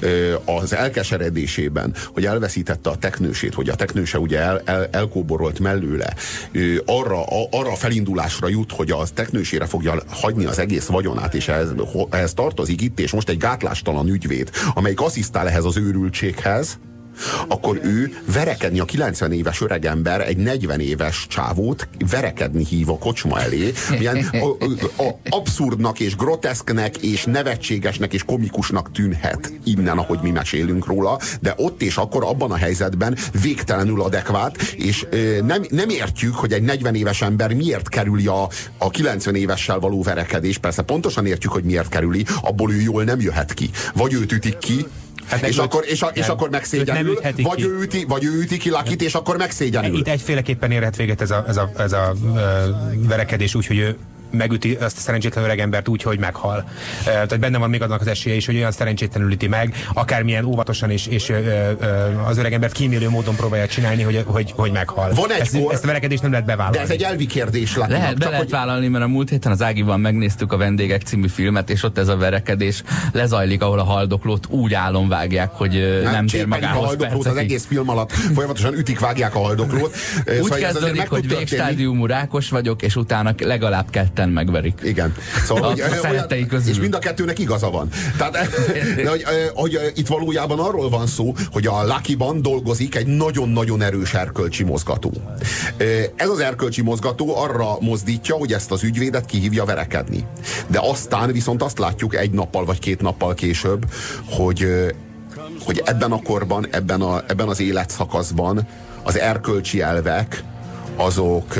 az elkeseredésében, hogy elveszítette a teknősét, hogy a teknőse ugye el, el, elkóborolt mellőle, arra, a, arra a felindulásra jut, hogy a teknősére fogja hagyni az egész vagyonát, és ehhez, ehhez tartozik itt, és most egy gátlástalan ügyvéd, amelyik asszisztál ehhez az őrültséghez, akkor ő verekedni, a kilencven éves öregember egy negyven éves csávót verekedni hív a kocsma elé. Milyen a, a, a abszurdnak és groteszknek és nevetségesnek és komikusnak tűnhet innen, ahogy mi mesélünk róla, de ott és akkor abban a helyzetben végtelenül adekvát, és ö, nem, nem értjük, hogy egy negyven éves ember miért kerüli a, a kilencven évessel való verekedés. Persze pontosan értjük, hogy miért kerüli, abból ő jól nem jöhet ki. Vagy őt ütik ki, hát és, akkor, és, a, és akkor megszégyenül, vagy ő, üti, vagy ő üti ki Lakit, és akkor megszégyenül. Itt egyféleképpen érhet véget ez a, ez a, ez a uh, verekedés úgy, hogy ő megüti azt a szerencsétlen öregembert úgy, hogy meghal. Uh, tehát benne van még annak az esélye is, hogy olyan szerencsétlenül üti meg, akármilyen óvatosan és, és uh, uh, az öregembert kímélő módon próbálja csinálni, hogy, hogy, hogy meghal. Van egy ezt, kor, ezt a verekedést nem lehet bevállalni. De ez egy elvi kérdés. Lakinak, lehet, be lehet hogy... vállalni, mert a múlt héten az Ágiban megnéztük a Vendégek című filmet, és ott ez a verekedés lezajlik, ahol a haldoklót úgy álomvágják, hogy uh, nem, nem tér magához a haldoklót az egész film alatt folyamatosan ütik, vágják a haldoklót. Úgy szóval kezdődik, hogy végstádiumú rákos vagyok, és utána legalább ketten megverik. Igen. Szóval, hogy, olyan, és mind a kettőnek igaza van. Tehát, de, hogy, hogy itt valójában arról van szó, hogy a Lucky-ban dolgozik egy nagyon-nagyon erős erkölcsi mozgató. Ez az erkölcsi mozgató arra mozdítja, hogy ezt az ügyvédet kihívja verekedni. De aztán viszont azt látjuk egy nappal vagy két nappal később, hogy, hogy ebben a korban, ebben, a, ebben az életszakaszban az erkölcsi elvek azok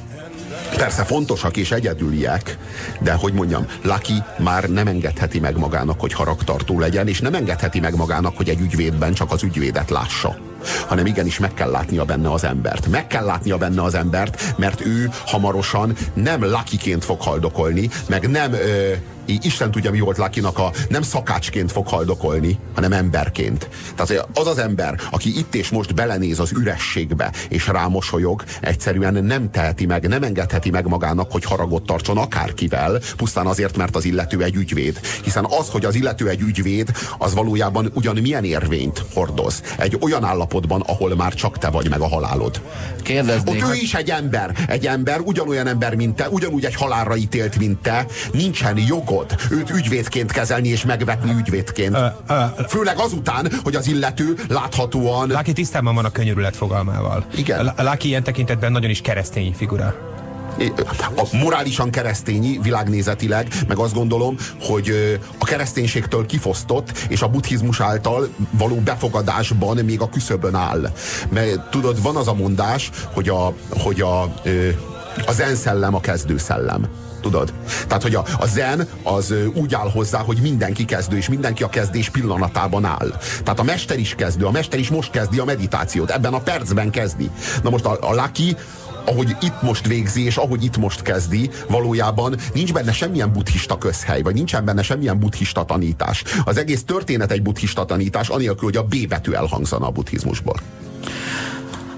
persze fontosak és egyedüliek, de hogy mondjam, Lucky már nem engedheti meg magának, hogy haragtartó legyen, és nem engedheti meg magának, hogy egy ügyvédben csak az ügyvédet lássa, hanem igenis meg kell látnia benne az embert. Meg kell látnia benne az embert, mert ő hamarosan nem Luckyként fog haldokolni, meg nem... Ö, Isten tudja, mi volt Luckynak a nem szakácsként fog haldokolni, hanem emberként. Tehát az az ember, aki itt és most belenéz az ürességbe, és rámosolyog, egyszerűen nem teheti meg, nem engedheti meg magának, hogy haragot tartson akárkivel, pusztán azért, mert az illető egy ügyvéd. Hiszen az, hogy az illető egy ügyvéd, az valójában ugyan milyen érvényt hordoz. Egy olyan állapotban, ahol már csak te vagy meg a halálod. Kérdeznék. Ott ő is egy ember. Egy ember, ugyanolyan ember, mint te, ugyanúgy egy halálra ítélt, mint te. Nincsen jogod őt ügyvédként kezelni és megvetni ügyvédként. Uh, uh, Főleg azután, hogy az illető láthatóan... Lucky tisztában van a könyörület fogalmával. Igen. Lucky ilyen tekintetben nagyon is keresztény figura. A morálisan keresztényi, világnézetileg, meg azt gondolom, hogy a kereszténységtől kifosztott, és a buddhizmus által való befogadásban még a küszöbön áll. Mert tudod, van az a mondás, hogy a, hogy a, a zen szellem a kezdő szellem. Tudod? Tehát, hogy a, a zen az úgy áll hozzá, hogy mindenki kezdő, és mindenki a kezdés pillanatában áll. Tehát a mester is kezdő, a mester is most kezdi a meditációt, ebben a percben kezdi. Na most a, a Lucky, ahogy itt most végzi, és ahogy itt most kezdi, valójában nincs benne semmilyen buddhista közhely, vagy nincsen benne semmilyen buddhista tanítás. Az egész történet egy buddhista tanítás, anélkül, hogy a B betű elhangzana a buddhizmusból.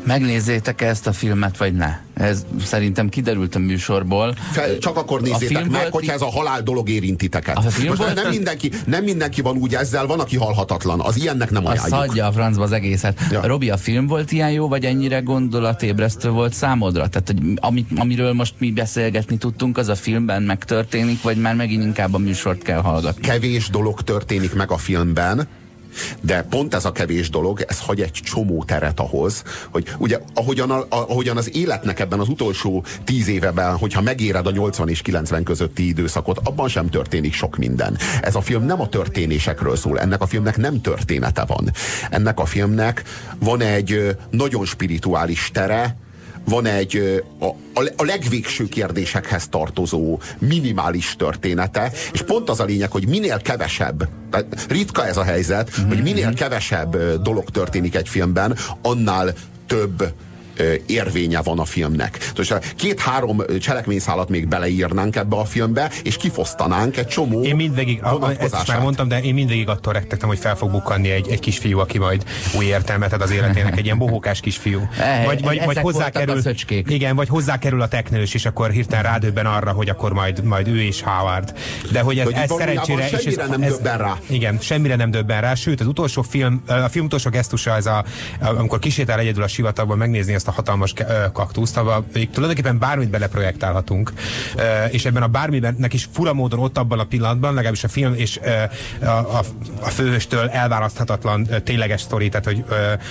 Megnézzétek ezt a filmet, vagy ne? Ez szerintem kiderült a műsorból. Fel, csak akkor nézzétek meg, volt, hogyha ez a halál dolog érintiteket. Most volt, nem, mindenki, nem mindenki van úgy ezzel, van, aki halhatatlan. Az ilyennek nem ajánljuk. Az hagyja a francba az egészet. Ja. Robi, a film volt ilyen jó, vagy ennyire gondolatébresztő volt számodra? Tehát, hogy amit, amiről most mi beszélgetni tudtunk, az a filmben megtörténik, vagy már megint inkább a műsort kell hallgatni? Kevés dolog történik meg a filmben, de pont ez a kevés dolog, ez hagy egy csomó teret ahhoz, hogy ugye ahogyan, a, ahogyan az életnek ebben az utolsó tíz éveben, hogyha megéred a nyolcvan és kilencven közötti időszakot, abban sem történik sok minden. Ez a film nem a történésekről szól, ennek a filmnek nem története van. Ennek a filmnek van egy nagyon spirituális tere, van egy a, a legvégső kérdésekhez tartozó minimális története, és pont az a lényeg, hogy minél kevesebb, ritka ez a helyzet, mm-hmm. hogy minél kevesebb dolog történik egy filmben, annál több érvénye van a filmnek. Két-három cselekményszálat még beleírnánk ebbe a filmbe, és kifosztanánk egy csomó én mindvégig, ezt is már mondtam, de én mindvégig attól rettegtem, hogy fel fog bukkanni egy, egy kisfiú, aki majd új értelmet ad az életének, egy ilyen bohókás kisfiú. Vagy, vagy, vagy hozzákerül, igen, vagy hozzákerül a teknős, és akkor hirtelen rádöbben arra, hogy akkor majd, majd ő és Howard. De hogy ez, ez szerencsére... Semmire ez, nem ez, döbben rá. Igen, semmire nem döbben rá, sőt az utolsó film, a film utolsó gesztusa az a, amikor kisétál egyedül a sivatagban megnézni ezt a hatalmas kaktuszt, ahol tulajdonképpen bármit beleprojektálhatunk, és ebben a bármibennek is fura módon ott abban a pillanatban, legalábbis a film és a, a, a főhőstől elválaszthatatlan tényleges sztori, tehát hogy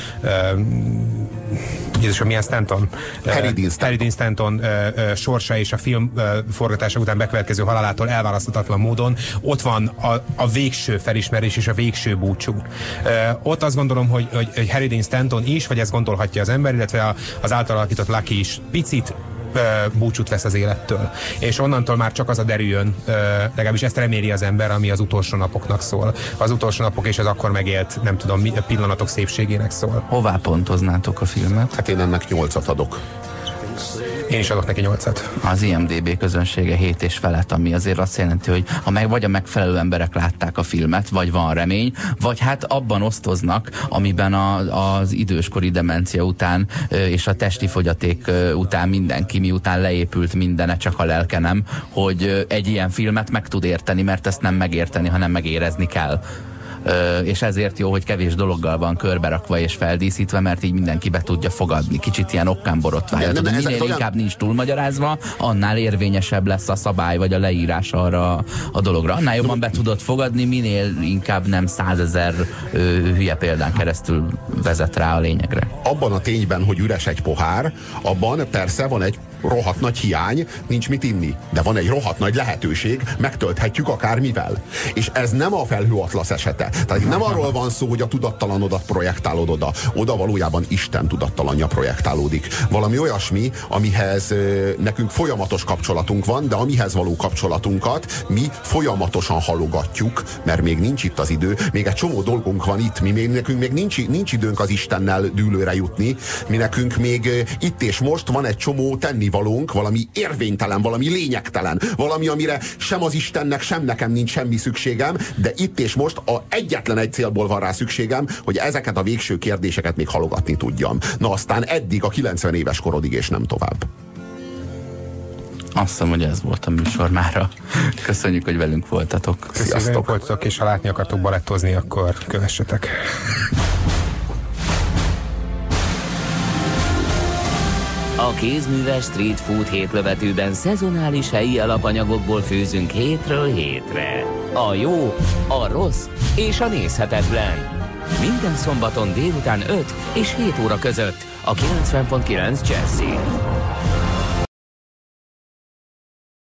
Jézusom, milyen Stanton? Harry Dean Stanton, Harry Dean Stanton sorsa és a film forgatása után bekövetkező halálától elválaszthatatlan módon ott van a, a végső felismerés és a végső búcsú. Ott azt gondolom, hogy, hogy, hogy Harry Dean Stanton is, vagy ezt gondolhatja az ember, illetve a, az által alakított Lucky is picit búcsút vesz az élettől. És onnantól már csak az a derüljön, legalábbis ezt reméli az ember, ami az utolsó napoknak szól. Az utolsó napok és az akkor megélt, nem tudom, pillanatok szépségének szól. Hová pontoznátok a filmet? Hát én ennek nyolcat adok. Én is adok neki nyolcat. Az I M D B közönsége hét és felett, ami azért azt jelenti, hogy ha meg vagy a megfelelő emberek látták a filmet, vagy van remény, vagy hát abban osztoznak, amiben a, az időskori demencia után és a testi fogyaték után mindenki, miután leépült mindene, csak a lelke nem, hogy egy ilyen filmet meg tud érteni, mert ezt nem megérteni, hanem megérezni kell. Uh, és ezért jó, hogy kevés dologgal van körberakva és feldíszítve, mert így mindenki be tudja fogadni. Kicsit ilyen okkánborotvája. Minél ez inkább olyan... nincs túlmagyarázva, annál érvényesebb lesz a szabály, vagy a leírás arra a dologra. Annál jobban be tudod fogadni, minél inkább nem százezer uh, hülye példán keresztül vezet rá a lényegre. Abban a tényben, hogy üres egy pohár, abban persze van egy rohadt nagy hiány, nincs mit inni. De van egy rohadt nagy lehetőség, megtölthetjük akármivel. És ez nem a felhőatlasz esete. Tehát nem arról van szó, hogy a tudattalanodat projektálod oda. Oda valójában Isten tudattalanja projektálódik. Valami olyasmi, amihez nekünk folyamatos kapcsolatunk van, de amihez való kapcsolatunkat mi folyamatosan halogatjuk, mert még nincs itt az idő, még egy csomó dolgunk van itt, mi még, nekünk még nincs, nincs időnk az Istennel dűlőre jutni, mi nekünk még itt és most van egy csomó tennivalónk, valami érvénytelen, valami lényegtelen, valami, amire sem az Istennek, sem nekem nincs semmi szükségem, de itt és most a egyetlen egy célból van rá szükségem, hogy ezeket a végső kérdéseket még halogatni tudjam. Na aztán eddig a kilencven éves korodig és nem tovább. Azt hiszem, hogy ez volt a műsor mára. Köszönjük, hogy velünk voltatok. Sziasztok! Voltatok, és ha látni akartok balettozni, akkor kövessetek. A kézműves street food hétlövetőben szezonális helyi alapanyagokból főzünk hétről hétre. A jó, a rossz és a nézhetetlen. Minden szombaton délután öt és hét óra között a kilencven pont kilenc Jazzin.